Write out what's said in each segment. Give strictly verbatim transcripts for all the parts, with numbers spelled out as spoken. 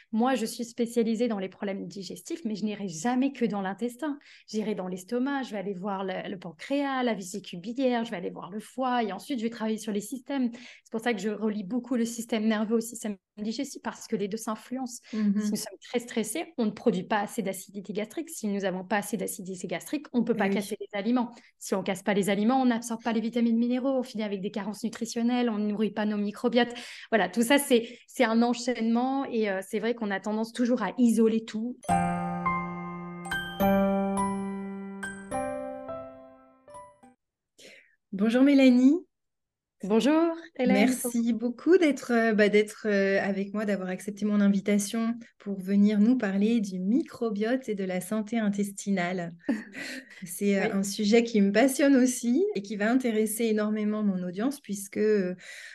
Moi, je suis spécialisée dans les problèmes digestifs, mais je n'irai jamais que dans l'intestin. J'irai dans l'estomac, je vais aller voir le, le pancréas, la vésicule biliaire, je vais aller voir le foie et ensuite je vais travailler sur les systèmes. C'est pour ça que je relie beaucoup le système nerveux au système digestif parce que les deux s'influencent. Si nous Mhm. sommes très stressés, on ne produit pas assez d'acidité gastrique. Si nous n'avons pas assez d'acidité gastrique, on ne peut Eh pas oui. casser les aliments. Si on ne casse pas les aliments, on n'absorbe pas les vitamines minéraux, on finit avec des carences nutritionnelles, on ne nourrit pas nos microbiotes. Voilà, tout ça, c'est, c'est un enchaînement et euh, c'est vrai qu'on a tendance toujours à isoler tout. Bonjour Mélanie. Bonjour Hélène. Merci beaucoup d'être euh, bah, d'être euh, avec moi, d'avoir accepté mon invitation pour venir nous parler du microbiote et de la santé intestinale. C'est euh, Oui, un sujet qui me passionne aussi et qui va intéresser énormément mon audience puisque euh,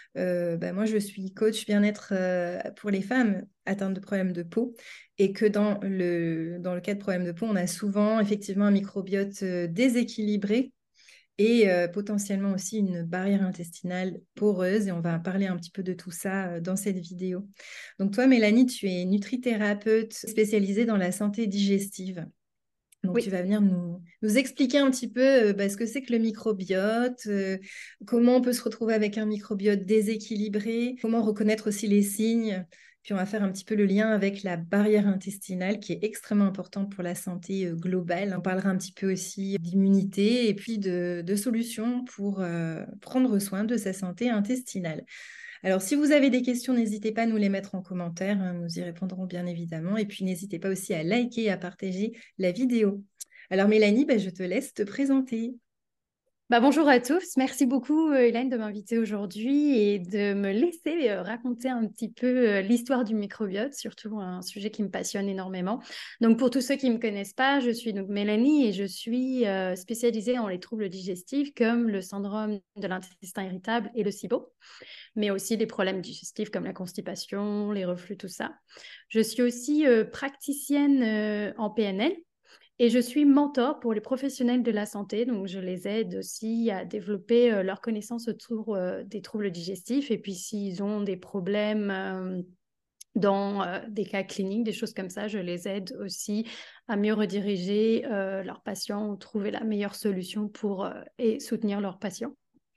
bah, moi je suis coach bien-être euh, pour les femmes atteintes de problèmes de peau et que dans le, dans le cas de problèmes de peau, on a souvent effectivement un microbiote euh, déséquilibré et euh, potentiellement aussi une barrière intestinale poreuse. Et on va parler un petit peu de tout ça euh, dans cette vidéo. Donc toi, Mélanie, tu es nutrithérapeute spécialisée dans la santé digestive. Donc tu oui. vas venir nous, nous expliquer un petit peu euh, bah, ce que c'est que le microbiote, euh, comment on peut se retrouver avec un microbiote déséquilibré, comment reconnaître aussi les signes. Puis on va faire un petit peu le lien avec la barrière intestinale qui est extrêmement importante pour la santé euh, globale. On parlera un petit peu aussi d'immunité et puis de, de solutions pour euh, prendre soin de sa santé intestinale. Alors, si vous avez des questions, n'hésitez pas à nous les mettre en commentaire, hein, nous y répondrons bien évidemment. Et puis, n'hésitez pas aussi à liker et à partager la vidéo. Alors, Mélanie, ben, je te laisse te présenter. Bah, bonjour à tous. Merci beaucoup, euh, Hélène, de m'inviter aujourd'hui et de me laisser euh, raconter un petit peu euh, l'histoire du microbiote, surtout un sujet qui me passionne énormément. Donc, pour tous ceux qui ne me connaissent pas, je suis donc Mélanie et je suis euh, spécialisée dans les troubles digestifs comme le syndrome de l'intestin irritable et le SIBO, mais aussi les problèmes digestifs comme la constipation, les reflux, tout ça. Je suis aussi euh, praticienne euh, en P N L. Et je suis mentor pour les professionnels de la santé, donc je les aide aussi à développer euh, leurs connaissances autour euh, des troubles digestifs et puis s'ils ont des problèmes euh, dans euh, des cas cliniques, des choses comme ça, je les aide aussi à mieux rediriger euh, leurs patients ou trouver la meilleure solution pour euh, et soutenir leurs patients.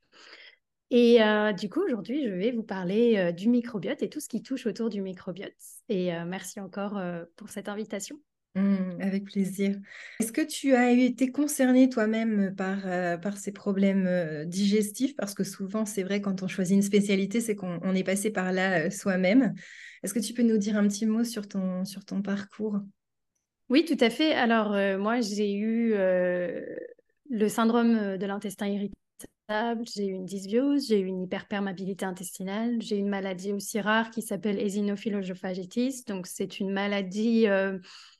Et euh, du coup, aujourd'hui, je vais vous parler euh, du microbiote et tout ce qui touche autour du microbiote. Et euh, merci encore euh, pour cette invitation. Hum, avec plaisir. Est-ce que tu as été concernée toi-même par, euh, par ces problèmes euh, digestifs? Parce que souvent, c'est vrai, quand on choisit une spécialité, c'est qu'on on est passé par là euh, soi-même. Est-ce que tu peux nous dire un petit mot sur ton, sur ton parcours? Oui, tout à fait. Alors, euh, moi, j'ai eu euh, le syndrome euh, de l'intestin irritable, j'ai eu une dysbiose, j'ai eu une hyperperméabilité intestinale, j'ai eu une maladie aussi rare qui s'appelle eosinophiloesophagitis. Donc, c'est une maladie, euh,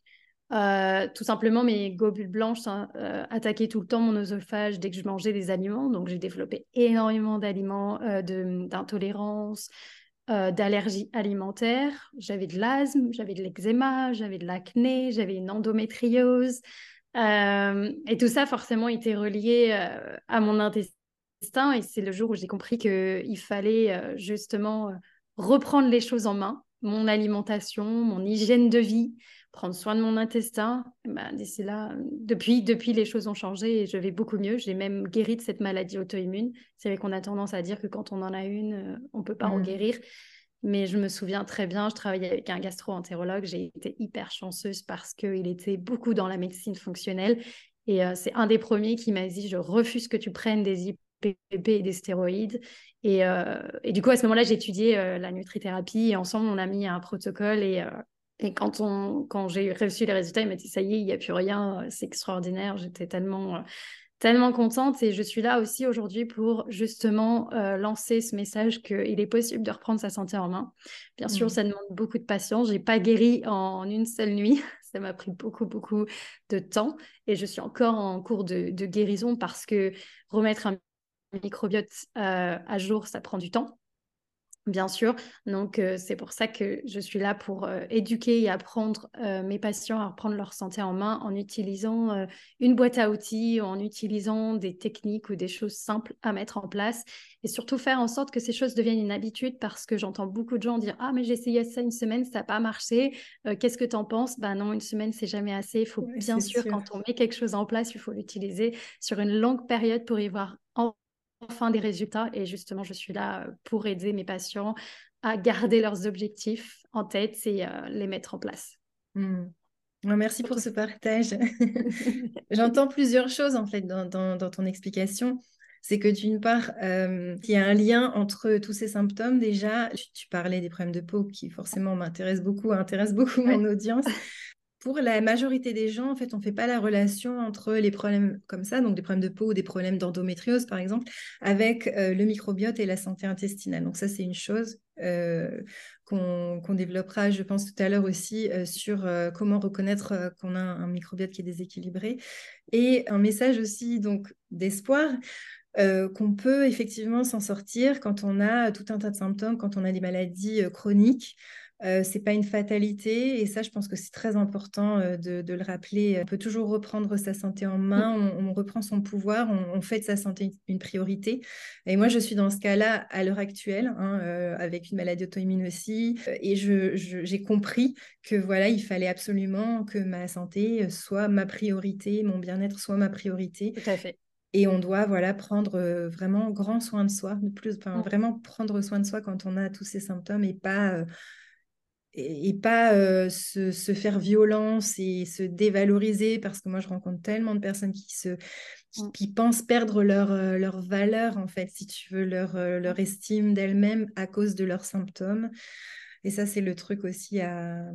euh, tout simplement, mes globules blanches hein, euh, attaquaient tout le temps mon œsophage dès que je mangeais des aliments. Donc, j'ai développé énormément d'aliments, euh, de- d'intolérance, euh, d'allergies alimentaires. J'avais de l'asthme, j'avais de l'eczéma, j'avais de l'acné, j'avais une endométriose. Euh, et tout ça, forcément, était relié euh, à mon intestin. Et c'est le jour où j'ai compris qu'il fallait euh, justement euh, reprendre les choses en main, mon alimentation, mon hygiène de vie, prendre soin de mon intestin. Et ben, d'ici là, euh, depuis, depuis, les choses ont changé et je vais beaucoup mieux. J'ai même guéri de cette maladie auto-immune. C'est vrai qu'on a tendance à dire que quand on en a une, euh, on ne peut pas en Hum. guérir. Mais je me souviens très bien, je travaillais avec un gastro-entérologue. J'ai été hyper chanceuse parce qu'il était beaucoup dans la médecine fonctionnelle. Et euh, c'est un des premiers qui m'a dit, je refuse que tu prennes des I P P et des stéroïdes. Et, euh, et du coup, à ce moment-là, j'ai étudié euh, la nutrithérapie et ensemble, on a mis un protocole. Et, euh, et quand, on, quand j'ai reçu les résultats, il m'a dit, ça y est, il n'y a plus rien, c'est extraordinaire. J'étais tellement... euh, tellement contente et je suis là aussi aujourd'hui pour justement euh, lancer ce message qu'il est possible de reprendre sa santé en main. Bien sûr, Hum. ça demande beaucoup de patience. J'ai pas guéri en une seule nuit. Ça m'a pris beaucoup, beaucoup de temps et je suis encore en cours de, de guérison parce que remettre un microbiote euh, à jour, ça prend du temps. Bien sûr, donc euh, c'est pour ça que je suis là pour euh, éduquer et apprendre euh, mes patients à reprendre leur santé en main en utilisant euh, une boîte à outils, en utilisant des techniques ou des choses simples à mettre en place et surtout faire en sorte que ces choses deviennent une habitude parce que j'entends beaucoup de gens dire «Ah mais j'ai essayé ça une semaine, ça n'a pas marché, Euh, qu'est-ce que tu en penses?» Ben non, une semaine c'est jamais assez, il faut Ouais, bien c'est sûr sûr. quand on met quelque chose en place, il faut l'utiliser sur une longue période pour y voir enfin des résultats. Et justement, je suis là pour aider mes patients à garder leurs objectifs en tête et euh, les mettre en place. Hmm. Ouais, merci pour Surtout. ce partage. J'entends plusieurs choses en fait dans, dans- dans ton explication. C'est que d'une part, euh, il y a un lien entre tous ces symptômes déjà. Tu, tu parlais des problèmes de peau qui forcément m'intéressent beaucoup, intéressent beaucoup mon Ouais. audience. Pour la majorité des gens, en fait, on ne fait pas la relation entre les problèmes comme ça, donc des problèmes de peau ou des problèmes d'endométriose, par exemple, avec euh, le microbiote et la santé intestinale. Donc ça, c'est une chose euh, qu'on qu'on développera, je pense, tout à l'heure aussi euh, sur euh, comment reconnaître euh, qu'on a un microbiote qui est déséquilibré. Et un message aussi donc d'espoir euh, qu'on peut effectivement s'en sortir quand on a tout un tas de symptômes, quand on a des maladies euh, chroniques. Euh, c'est pas une fatalité et ça, je pense que c'est très important euh, de, de le rappeler. On peut toujours reprendre sa santé en main, on, on reprend son pouvoir, on, on fait de sa santé une priorité. Et moi, je suis dans ce cas-là à l'heure actuelle, hein, euh, avec une maladie auto-immune aussi, euh, et je, je- j'ai compris que voilà, il fallait absolument que ma santé soit ma priorité, mon bien-être soit ma priorité. Tout à fait. Et on doit voilà, prendre euh, vraiment grand soin de soi, de plus, enfin, Mm. vraiment prendre soin de soi quand on a tous ces symptômes et pas, euh, et, et pas euh, se, se faire violence et se dévaloriser parce que moi je rencontre tellement de personnes qui, se, qui, Mm. qui pensent perdre leur, euh, leur valeur, en fait, si tu veux, leur, euh, leur estime d'elles-mêmes à cause de leurs symptômes. Et ça, c'est le truc aussi à,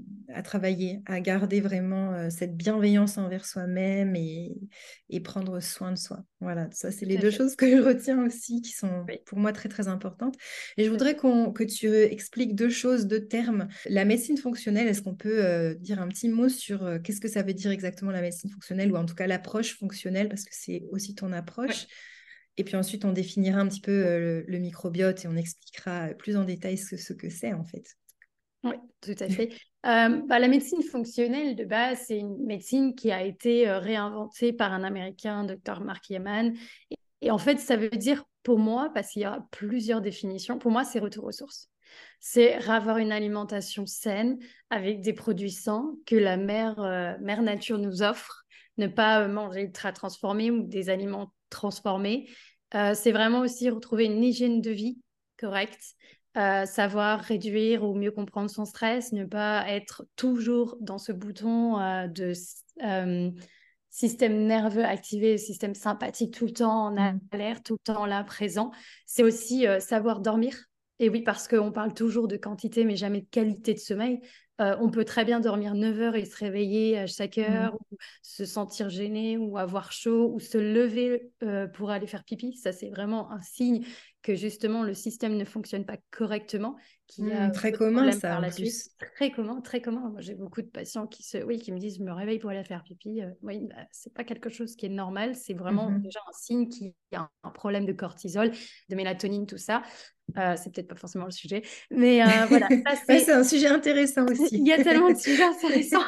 à travailler, à garder vraiment euh, cette bienveillance envers soi-même et, et prendre soin de soi. Voilà, ça, c'est Tout les à deux fait. choses que je retiens aussi, qui sont Oui, pour moi très, très importantes. Et je tout à voudrais fait. qu'on, que tu expliques deux choses, deux termes. La médecine fonctionnelle, est-ce qu'on peut euh, dire un petit mot sur euh, qu'est-ce que ça veut dire exactement la médecine fonctionnelle, ou en tout cas l'approche fonctionnelle, parce que c'est aussi ton Oui. approche. Et puis ensuite, on définira un petit peu euh, le, le microbiote et on expliquera plus en détail ce, ce que c'est en fait. Oui, tout à fait. Euh, bah, la médecine fonctionnelle, de base, c'est une médecine qui a été euh, réinventée par un Américain, docteur Mark Yeaman. Et, et en fait, ça veut dire, pour moi, parce qu'il y a plusieurs définitions, pour moi, c'est retour aux sources. C'est avoir une alimentation saine avec des produits sains que la mère, euh, mère nature nous offre. Ne pas euh, manger ultra transformé ou des aliments transformés. Euh, c'est vraiment aussi retrouver une hygiène de vie correcte, euh, savoir réduire ou mieux comprendre son stress, ne pas être toujours dans ce bouton euh, de euh, système nerveux activé, système sympathique tout le temps en Mm. alerte, tout le temps là présent. C'est aussi euh, savoir dormir. Et oui, parce qu'on parle toujours de quantité, mais jamais de qualité de sommeil. Euh, on peut très bien dormir neuf heures et se réveiller à chaque Mm. heure, ou se sentir gêné, ou avoir chaud, ou se lever euh, pour aller faire pipi. Ça, c'est vraiment un signe que justement le système ne fonctionne pas correctement, qu'il y a Mm. Très d'autres commun problèmes ça par en la suite. plus. Très commun, très commun. Moi, j'ai beaucoup de patients qui se, oui, qui me disent, je me réveille pour aller faire pipi. Euh, oui, bah, c'est pas quelque chose qui est normal. C'est vraiment Mhm. déjà un signe qu'il y a un problème de cortisol, de mélatonine, tout ça. Euh, c'est peut-être pas forcément le sujet, mais euh, voilà, ça Ouais, c'est c'est. un sujet intéressant Il aussi. y a tellement de sujets intéressants.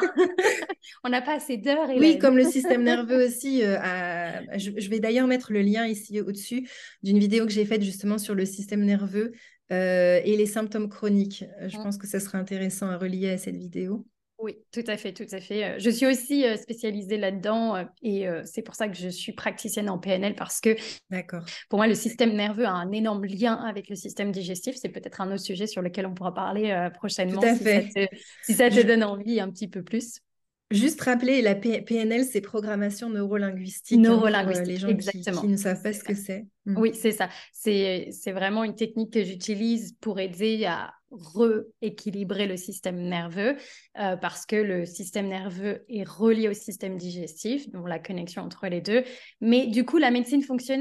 On n'a pas assez d'heures, Oui, Hélène. comme le système nerveux aussi. euh, a- je, je vais d'ailleurs mettre le lien ici au-dessus d'une vidéo que j'ai faite justement sur le système nerveux euh, et les symptômes chroniques. Euh, Je pense que ça sera intéressant à relier à cette vidéo. Oui, tout à fait, tout à fait. Euh, Je suis aussi euh, spécialisée là-dedans euh, et euh, c'est pour ça que je suis praticienne en P N L parce que D'accord. pour moi, le système nerveux a un énorme lien avec le système digestif. C'est peut-être un autre sujet sur lequel on pourra parler euh, Tout prochainement à si ça fait. te, si ça te Je- donne envie un petit peu plus. Juste rappeler, la P- PNL, c'est programmation neurolinguistique, hein, pour euh, les Neurolinguistique, gens qui, qui exactement. ne savent pas C'est ce ça. que c'est. Mm. Oui, c'est ça. C'est, c'est vraiment une technique que j'utilise pour aider à rééquilibrer le système nerveux euh, parce que le système nerveux est relié au système digestif, donc la connexion entre les deux. Mais du coup, la médecine fonctionnelle, ouais,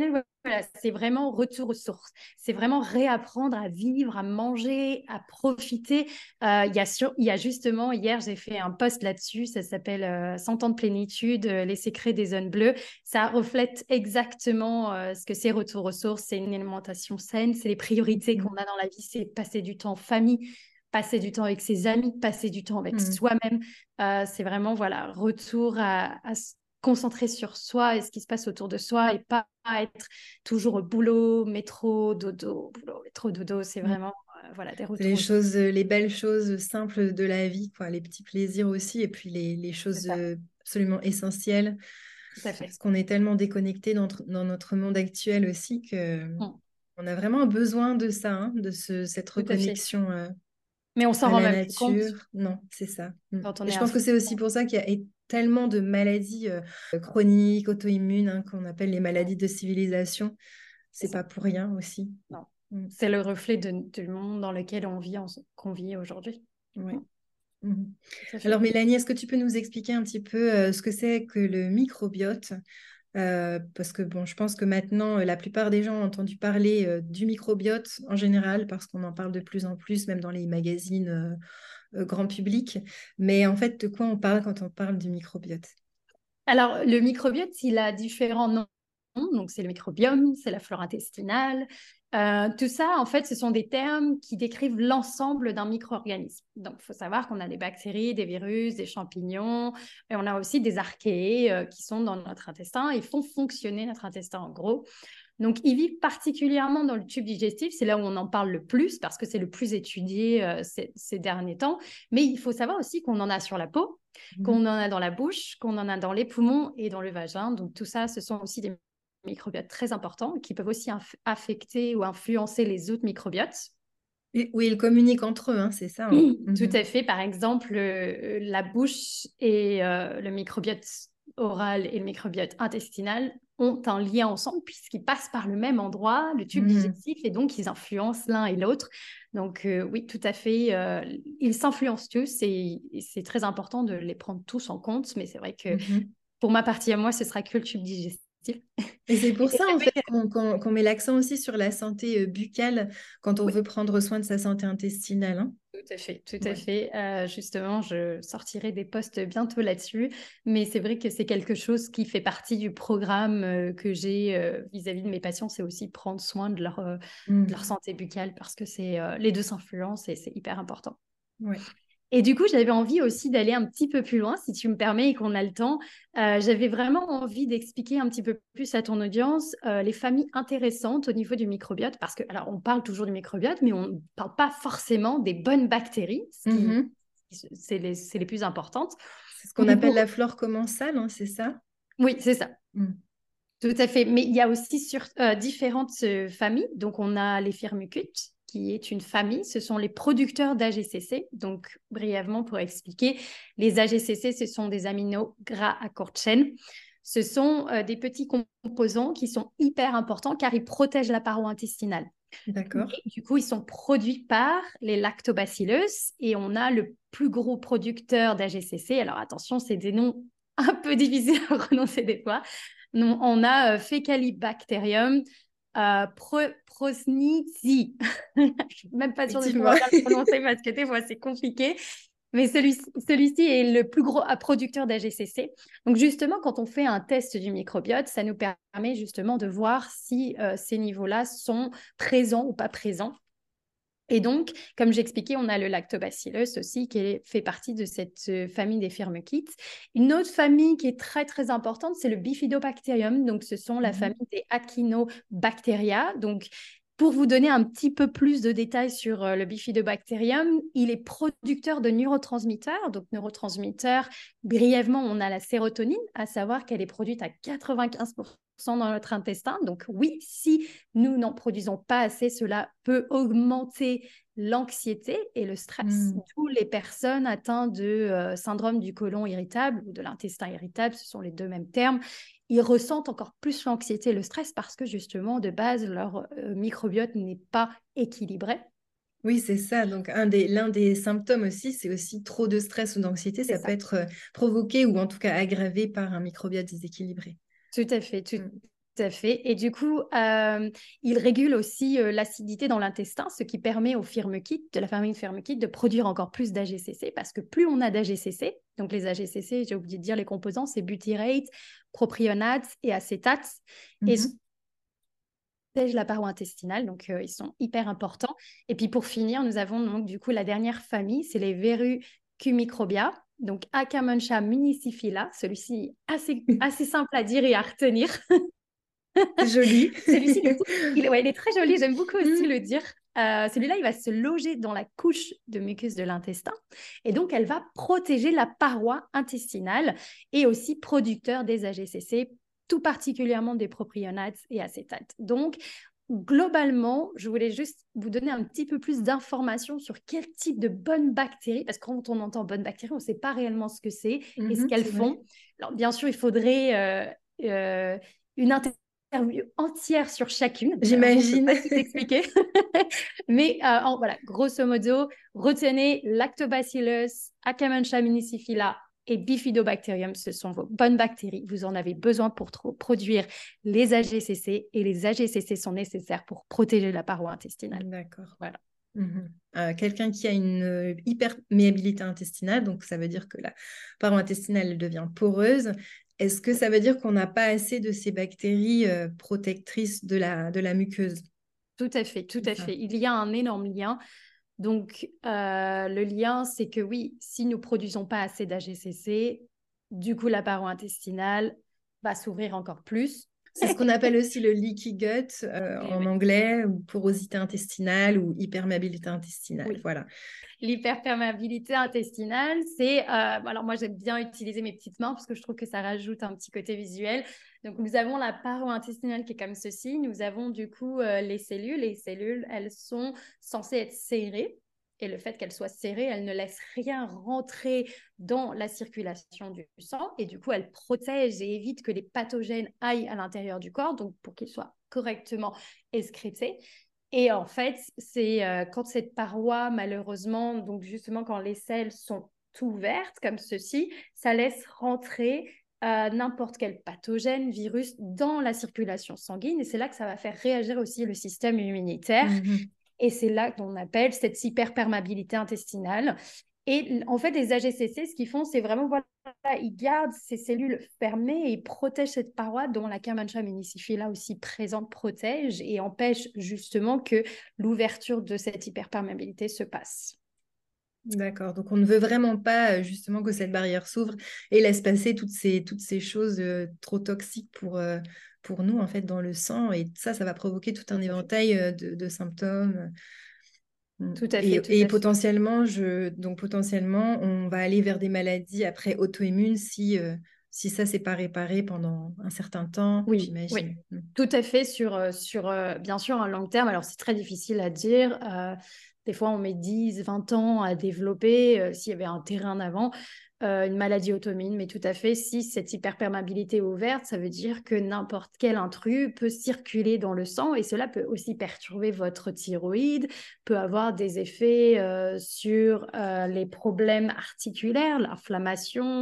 voilà, c'est vraiment retour aux sources. C'est vraiment réapprendre à vivre, à manger, à profiter. Euh, Il y a sur- il y a justement, hier, j'ai fait un post là-dessus, ça s'appelle euh, cent ans de plénitude, euh, les secrets des zones bleues. Ça reflète exactement euh, ce que c'est retour aux sources. C'est une alimentation saine, c'est les priorités qu'on Mhm. a dans la vie, c'est passer du temps en famille, passer du temps avec ses amis, passer du temps avec Mhm. soi-même. Euh, c'est vraiment, voilà, retour à, à se concentrer sur soi et ce qui se passe autour de soi et pas être toujours au boulot, métro, dodo, boulot, métro, dodo. C'est Mhm. vraiment, euh, voilà, des C'est les retours. choses, euh, les belles choses simples de la vie, quoi, les petits plaisirs aussi, et puis les, les C'est choses ça, euh, absolument essentielles. tout à fait. Parce qu'on est tellement déconnecté dans, notre- dans notre monde actuel aussi que Mm, on a vraiment besoin de ça, hein, de ce, cette tout à fait. reconnexion euh, Mais on s'en à rend la même plus compte nature. Non, c'est ça. Mm. quand on Et est je pense que influent. c'est aussi pour ça qu'il y a é- tellement de maladies euh, chroniques, auto-immunes, hein, qu'on appelle les Mm, maladies de civilisation. c'est C'est ça. pas pour rien aussi. Non. Mm. C'est le reflet de- du monde dans lequel on vit, en- qu'on vit aujourd'hui. Mm, Ouais. Mhm. tout à Alors fait. Mélanie, est-ce que tu peux nous expliquer un petit peu euh, ce que c'est que le microbiote? Euh, parce que bon, je pense que maintenant, euh, la plupart des gens ont entendu parler euh, du microbiote en général, parce qu'on en parle de plus en plus, même dans les magazines euh, euh, grand public. Mais en fait, de quoi on parle quand on parle du microbiote? Alors, le microbiote, il a différents noms. Donc, c'est le microbiome, c'est la flore intestinale. Euh, tout ça, en fait, ce sont des termes qui décrivent l'ensemble d'un micro-organisme. Donc, il faut savoir qu'on a des bactéries, des virus, des champignons, et on a aussi des archées euh, qui sont dans notre intestin et font fonctionner notre intestin en gros. Donc, ils vivent particulièrement dans le tube digestif. C'est là où on en parle le plus parce que c'est le plus étudié euh, ces, ces derniers temps. Mais il faut savoir aussi qu'on en a sur la peau, qu'on Mhm. en a dans la bouche, qu'on en a dans les poumons et dans le vagin. Donc, tout ça, ce sont aussi des microbiotes très importants qui peuvent aussi inf- affecter ou influencer les autres microbiotes. Et- oui, ils communiquent entre eux, hein, c'est ça, hein. Tout Mhm. à fait. Par exemple, euh, la bouche et euh, le microbiote oral et le microbiote intestinal ont un lien ensemble puisqu'ils passent par le même endroit, le tube Mhm. digestif, et donc ils influencent l'un et l'autre. Donc euh, oui, tout à fait. Euh, ils s'influencent tous et, et c'est très important de les prendre tous en compte. Mais c'est vrai que Mhm. pour ma partie à moi, ce sera que le tube digestif. Et c'est pour Et ça, en c'est fait, vrai que- qu'on qu'on- qu'on met l'accent aussi sur la santé euh, buccale quand on oui, veut prendre soin de sa santé intestinale, hein. tout à fait, tout à Ouais. fait. Euh, justement, je sortirai des posts bientôt là-dessus, mais c'est vrai que c'est quelque chose qui fait partie du programme euh, que j'ai euh, vis-à-vis de mes patients, c'est aussi prendre soin de leur, euh, de leur Mhm. santé buccale parce que c'est euh, les deux s'influencent et c'est hyper important. Ouais. Et du coup, j'avais envie aussi d'aller un petit peu plus loin, si tu me permets et qu'on a le temps. Euh, j'avais vraiment envie d'expliquer un petit peu plus à ton audience euh, les familles intéressantes au niveau du microbiote, parce que, alors, on parle toujours du microbiote, mais on ne parle pas forcément des bonnes bactéries, ce qui, Mhm. c'est les, c'est les plus importantes. C'est ce qu'on Donc, appelle pour... la flore commensale, hein, c'est ça? Oui, c'est ça. Mhm. Tout à fait. Mais il y a aussi sur, euh, différentes euh, familles. Donc, on a les firmicutes, qui est une famille. Ce sont les producteurs d'A G C C. Donc, brièvement, pour expliquer, les A G C C, ce sont des aminos gras à courte chaîne. Ce sont euh, des petits composants qui sont hyper importants car ils protègent la paroi intestinale. D'accord. Et du coup, ils sont produits par les lactobacillus et on a le plus gros producteur d'A G C C. Alors attention, c'est des noms un peu difficiles à prononcer des fois. Non, on a euh, Fecalibacterium euh, pro prosnitzi. Je ne suis même pas sûre de pouvoir Effectivement. bien le prononcer parce que des fois c'est compliqué. Mais celui-ci celui-ci est le plus gros producteur d'A G C C. Donc justement, quand on fait un test du microbiote, ça nous permet justement de voir si euh, ces niveaux-là sont présents ou pas présents. Et donc, comme j'expliquais, on a le lactobacillus aussi qui est- fait partie de cette euh, famille des firmicutes. Une autre famille qui est très très importante, c'est le bifidobacterium. Donc, ce sont la Mhm. famille des Achinobacteria. Donc, pour vous donner un petit peu plus de détails sur euh, le bifidobacterium, il est producteur de neurotransmetteurs. Donc, neurotransmetteurs, brièvement, on a la sérotonine, à savoir qu'elle est produite à quatre-vingt-quinze pour cent dans notre intestin. Donc, oui, si nous n'en produisons pas assez, cela peut augmenter l'anxiété et le stress. Mhm. Tous les personnes atteintes de euh, syndrome du côlon irritable ou de l'intestin irritable, ce sont les deux mêmes termes, ils ressentent encore plus l'anxiété et le stress parce que justement, de base, leur euh, microbiote n'est pas équilibré. Oui, c'est ça. Donc, un des, l'un des symptômes aussi, c'est aussi trop de stress ou d'anxiété. C'est Ça peut ça. être euh, provoqué ou en tout cas aggravé par un microbiote déséquilibré. Tout à fait, tout Mm. Tout à fait. Et du coup, euh, il régule aussi euh, l'acidité dans l'intestin, ce qui permet aux firmes-kit, de la famille firme-kit, de produire encore plus d'A G C C, parce que plus on a d'A G C C, donc les A G C C, j'ai oublié de dire les composants, c'est butyrate, propionate et acétate, et Mhm. protègent la paroi intestinale, donc euh, ils sont hyper importants. Et puis pour finir, nous avons donc du coup la dernière famille, c'est les Verrucumicrobia, donc Akkermansia municiphala, celui-ci assez, assez simple à dire et à retenir. C'est joli. Celui-ci, du coup, il, ouais, il est très joli, j'aime beaucoup aussi Mm. le dire. Euh, celui-là, il va se loger dans la couche de muqueuse de l'intestin et donc elle va protéger la paroi intestinale et aussi producteur des A G C C, tout particulièrement des propionates et acétates. Donc, globalement, je voulais juste vous donner un petit peu plus d'informations sur quel type de bonnes bactéries, parce que quand on entend bonnes bactéries, on ne sait pas réellement ce que c'est et ce Mhm, qu'elles c'est vrai. font. Alors, bien sûr, il faudrait euh, euh, une interview entière sur chacune. Malheureusement, je ne peux J'imagine. pas tout expliquer. Mais euh, en, voilà, grosso modo, retenez Lactobacillus, Akkermansia municiphala et Bifidobacterium. Ce sont vos bonnes bactéries. Vous en avez besoin pour produire les A G C C et les A G C C sont nécessaires pour protéger la paroi intestinale. D'accord. Voilà. Mhm. Euh, quelqu'un qui a une euh, hyperméabilité intestinale, donc ça veut dire que la paroi intestinale elle devient poreuse. Est-ce que ça veut dire qu'on n'a pas assez de ces bactéries euh, protectrices de la, de la muqueuse? Tout à fait, tout C'est à ça. fait. Il y a un énorme lien. Donc, euh, le lien, c'est que oui, si nous produisons pas assez d'A G C C, du coup, la paroi intestinale va s'ouvrir encore plus. C'est ce qu'on appelle aussi le leaky gut euh, Et en oui, anglais, ou porosité intestinale ou hyperméabilité intestinale. oui. Voilà. L'hyperperméabilité intestinale, c'est... euh, alors moi, j'aime bien utiliser mes petites mains parce que je trouve que ça rajoute un petit côté visuel. Donc, nous avons la paroi intestinale qui est comme ceci. Nous avons du coup euh, les cellules. Les cellules, elles sont censées être serrées. Et le fait qu'elles soient serrées, elles ne laissent rien rentrer dans la circulation du sang. Et du coup, elles protègent et évitent que les pathogènes aillent à l'intérieur du corps, donc pour qu'ils soient correctement excrétés. Et en fait, c'est euh, quand cette paroi, malheureusement, donc justement quand les selles sont ouvertes comme ceci, ça laisse rentrer euh, n'importe quel pathogène, virus dans la circulation sanguine. Et c'est là que ça va faire réagir aussi le système immunitaire. Mhm. Et c'est là qu'on appelle cette hyperperméabilité intestinale. Et en fait, les A G C C, ce qu'ils font, c'est vraiment, voilà, ils gardent ces cellules fermées et ils protègent cette paroi dont la Akkermansia municiphala aussi présente protège et empêche justement que l'ouverture de cette hyperperméabilité se passe. D'accord. Donc, on ne veut vraiment pas euh, justement que cette barrière s'ouvre et laisse passer toutes ces, toutes ces choses euh, trop toxiques pour, euh, pour nous, en fait, dans le sang. Et ça, ça va provoquer tout un Tout à fait. éventail euh, de, de symptômes. Mm. Tout à fait, tout Et, et à fait. potentiellement, je, donc potentiellement, on va aller vers des maladies après auto-immunes si, euh, si ça, c'est pas réparé pendant un certain temps, Oui, oui, j'imagine. Mm. tout à fait sur, euh, sur euh, bien sûr, un long terme. Alors, c'est très difficile à dire. Euh, des fois, on met dix, vingt ans à développer, euh, s'il y avait un terrain avant, euh, une maladie auto-immune. Mais tout à fait, si cette hyperperméabilité est ouverte, ça veut dire que n'importe quel intrus peut circuler dans le sang et cela peut aussi perturber votre thyroïde, peut avoir des effets euh, sur euh, les problèmes articulaires, l'inflammation,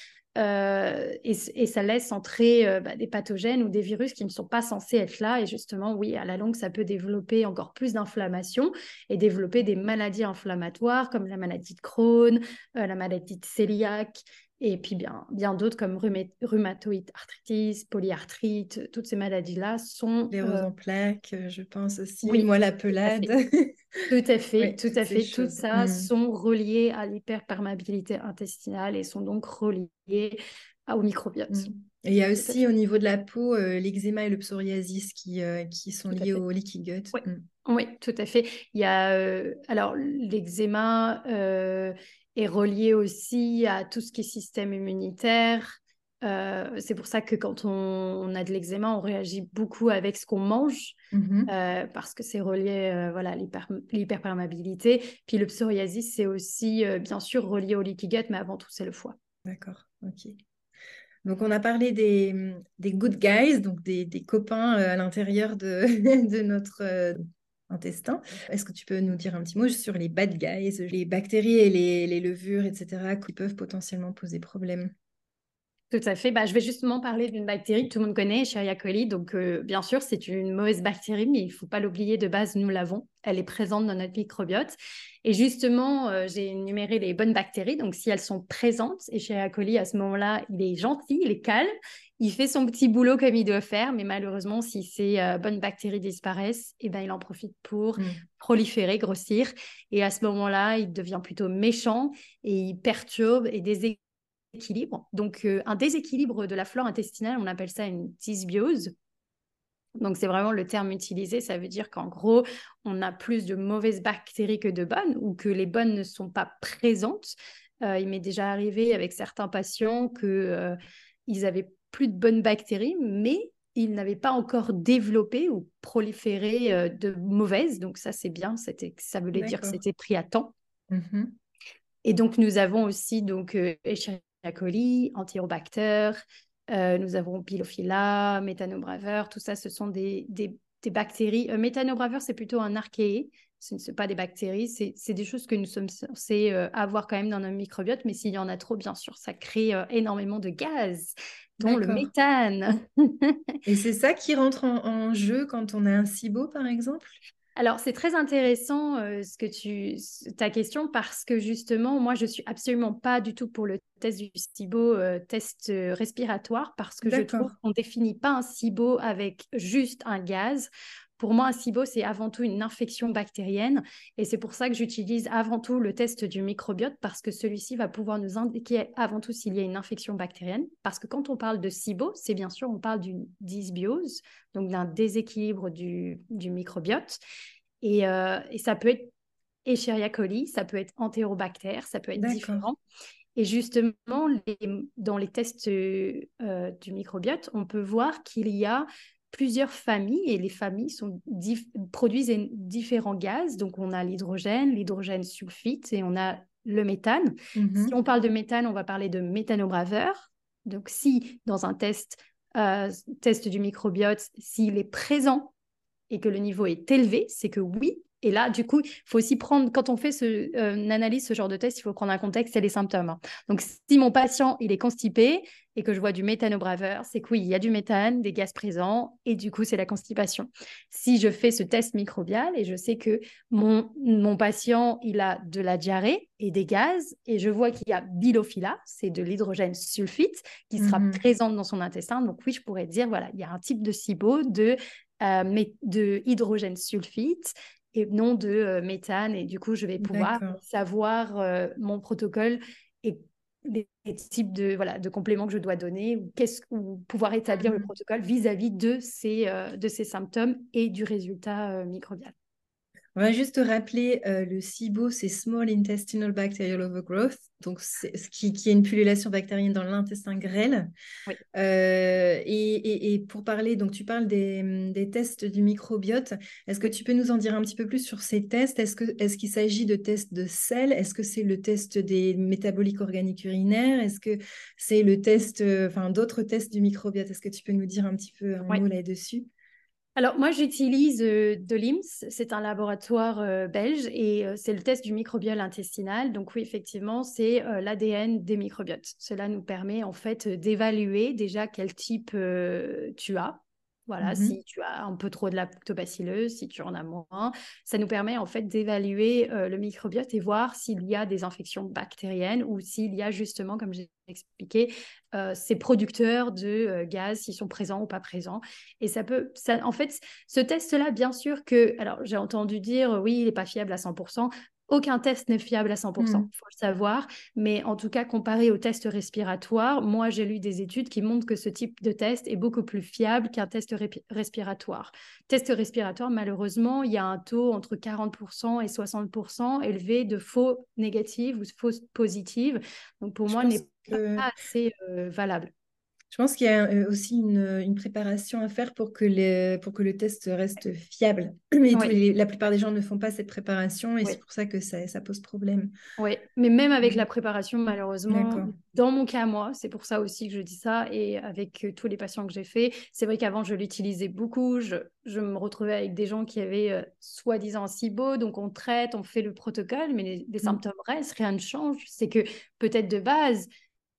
euh, et, et, ça laisse entrer euh, bah, des pathogènes ou des virus qui ne sont pas censés être là. Et justement, oui, à la longue, ça peut développer encore plus d'inflammation et développer des maladies inflammatoires comme la maladie de Crohn, euh, la maladie de cœliaque, et puis bien, bien d'autres comme rhumatoïde arthritis, polyarthrite. Toutes ces maladies-là sont... Sclérose Euh, en plaques, euh, je pense aussi. oui, Moi, la tout à pelade. fait. Tout à fait, Oui, tout toutes à ces fait. Toutes choses. ça Mm. sont reliées à l'hyperperméabilité intestinale et sont donc reliées au Mm. microbiote. Et il y a Tout à aussi au fait, niveau de la peau, euh, l'eczéma et le psoriasis qui, euh, qui sont tout à liés fait. au leaky gut. Oui, Mm. oui, tout à fait. Il y a, euh, alors, l'eczéma euh, est relié aussi à tout ce qui est système immunitaire. Euh, c'est pour ça que quand on, on a de l'eczéma, on réagit beaucoup avec ce qu'on mange. Mhm. Euh, parce que c'est relié euh, voilà, à l'hyper, l'hyperperméabilité. Puis le psoriasis, c'est aussi euh, bien sûr relié au leaky gut, mais avant tout, c'est le foie. D'accord, ok. Donc, on a parlé des, des good guys, donc des, des copains euh, à l'intérieur de, de notre euh, intestin. Est-ce que tu peux nous dire un petit mot sur les bad guys, les bactéries et les, les levures, et cetera, qui peuvent potentiellement poser problème? Tout à fait. Bah, je vais justement parler d'une bactérie que tout le monde connaît, Escherichia coli. Donc, euh, bien sûr, c'est une mauvaise bactérie, mais il ne faut pas l'oublier, de base, nous l'avons. Elle est présente dans notre microbiote. Et justement, euh, j'ai énuméré les bonnes bactéries. Donc, si elles sont présentes, Escherichia coli, à ce moment-là, il est gentil, il est calme, il fait son petit boulot comme il doit faire. Mais malheureusement, si ces euh, bonnes bactéries disparaissent, eh ben, il en profite pour Mm. proliférer, grossir. Et à ce moment-là, il devient plutôt méchant et il perturbe et déséquilibre équilibre. Donc, euh, un déséquilibre de la flore intestinale, on appelle ça une dysbiose. Donc, c'est vraiment le terme utilisé. Ça veut dire qu'en gros, on a plus de mauvaises bactéries que de bonnes, ou que les bonnes ne sont pas présentes. Euh, il m'est déjà arrivé avec certains patients qu'ils euh, avaient plus de bonnes bactéries, mais ils n'avaient pas encore développé ou proliféré euh, de mauvaises. Donc, ça, c'est bien. C'était, ça voulait dire que D'accord. c'était pris à temps. Mhm. Et donc, nous avons aussi donc, euh, Escherichia coli, Enterobacter, euh, nous avons Bilophila, Méthanobraveur, tout ça, ce sont des, des, des bactéries. Euh, Méthanobraveur, c'est plutôt un archéé, ce ne sont pas des bactéries, c'est, c'est des choses que nous sommes censés euh, avoir quand même dans notre microbiote, mais s'il y en a trop, bien sûr, ça crée euh, énormément de gaz, dont le D'accord. méthane. Et c'est ça qui rentre en, en jeu quand on a un SIBO, par exemple? Alors, c'est très intéressant euh, ce que tu, ta question parce que justement, moi, je suis absolument pas du tout pour le test du SIBO, euh, test euh, respiratoire, parce que je trouve D'accord. qu'on définit pas un SIBO avec juste un gaz. Pour moi, un SIBO, c'est avant tout une infection bactérienne et c'est pour ça que j'utilise avant tout le test du microbiote parce que celui-ci va pouvoir nous indiquer avant tout s'il y a une infection bactérienne. Parce que quand on parle de SIBO, c'est bien sûr, on parle d'une dysbiose, donc d'un déséquilibre du, du microbiote. Et, euh, et ça peut être Escherichia coli, ça peut être Enterobacter, ça peut être D'accord. différent. Et justement, les- dans les tests euh, du microbiote, on peut voir qu'il y a plusieurs familles et les familles sont dif- produisent un- différents gaz. Donc, on a l'hydrogène, l'hydrogène sulfite et on a le méthane. Si Mhm. on parle de méthane, on va parler de méthanobraveur. Donc, si dans un test, euh, test du microbiote, s'il est présent et que le niveau est élevé, c'est que oui. Et là, du coup, il faut aussi prendre, quand on fait ce, euh, une analyse, ce genre de test, il faut prendre un contexte et les symptômes, hein. Donc, si mon patient, il est constipé et que je vois du méthanobraveur, c'est que oui, il y a du méthane, des gaz présents, et du coup, c'est la constipation. Si je fais ce test microbial et je sais que mon, mon patient, il a de la diarrhée et des gaz, et je vois qu'il y a bilophila, c'est de l'hydrogène sulfite, qui sera Mhm. présente dans son intestin, donc oui, je pourrais dire, voilà, il y a un type de SIBO de euh, mé- de hydrogène sulfite et non de euh, méthane. Et du coup, je vais pouvoir D'accord. savoir euh, mon protocole et les, les types de, voilà, de compléments que je dois donner ou, qu'est-ce, ou pouvoir établir le Mhm. protocole vis-à-vis de ces, euh, de ces symptômes et du résultat euh, microbial. On va juste rappeler, euh, le SIBO, c'est Small Intestinal Bacterial Overgrowth, donc c'est ce qui, qui est une pullulation bactérienne dans l'intestin grêle. Oui. Euh, et, et- et pour parler, donc tu parles des, des tests du microbiote. Est-ce que Oui. tu peux nous en dire un petit peu plus sur ces tests? Est-ce que, est-ce qu'il s'agit de tests de sel? Est-ce que c'est le test des métaboliques organiques urinaires? Est-ce que c'est le test, euh, enfin d'autres tests du microbiote? Est-ce que tu peux nous dire un petit peu un Oui. mot là-dessus? Alors, moi, j'utilise euh, de l'I M S, c'est un laboratoire euh, belge et euh, c'est le test du microbiome intestinal. Donc, oui, effectivement, c'est euh, l'A D N des microbiotes. Cela nous permet en fait d'évaluer déjà quel type euh, tu as. Voilà, Mhm. si tu as un peu trop de lactobacilleuse, si tu en as moins, ça nous permet en fait d'évaluer euh, le microbiote et voir s'il y a des infections bactériennes ou s'il y a justement, comme j'ai expliqué, euh, ces producteurs de euh, gaz, s'ils sont présents ou pas présents. Et ça peut, ça, en fait, ce test-là, bien sûr que, alors j'ai entendu dire, oui, il n'est pas fiable à cent pour cent. Aucun test n'est fiable à cent pour cent, Mhm. il faut le savoir. Mais en tout cas, comparé au test respiratoire, moi, j'ai lu des études qui montrent que ce type de test est beaucoup plus fiable qu'un test ré- respiratoire. Test respiratoire, malheureusement, il y a un taux entre quarante pour cent et soixante pour cent élevé de faux négatives ou fausses positives. Donc, pour Je moi, pense n'est que pas assez euh, valable. Je pense qu'il y a euh, aussi une, une préparation à faire pour que, les, pour que le test reste fiable. Mais tous Oui, les- la plupart des gens ne font pas cette préparation et c'est oui. pour ça que ça, ça pose problème. Oui, mais même avec Mm. la préparation, malheureusement, D'accord. dans mon cas, moi, c'est pour ça aussi que je dis ça, et avec euh, tous les patients que j'ai faits, c'est vrai qu'avant, je l'utilisais beaucoup, je, je me retrouvais avec des gens qui avaient euh, soi-disant un SIBO, donc on traite, on fait le protocole, mais les, les Mm. symptômes restent, rien ne change. C'est que peut-être de base,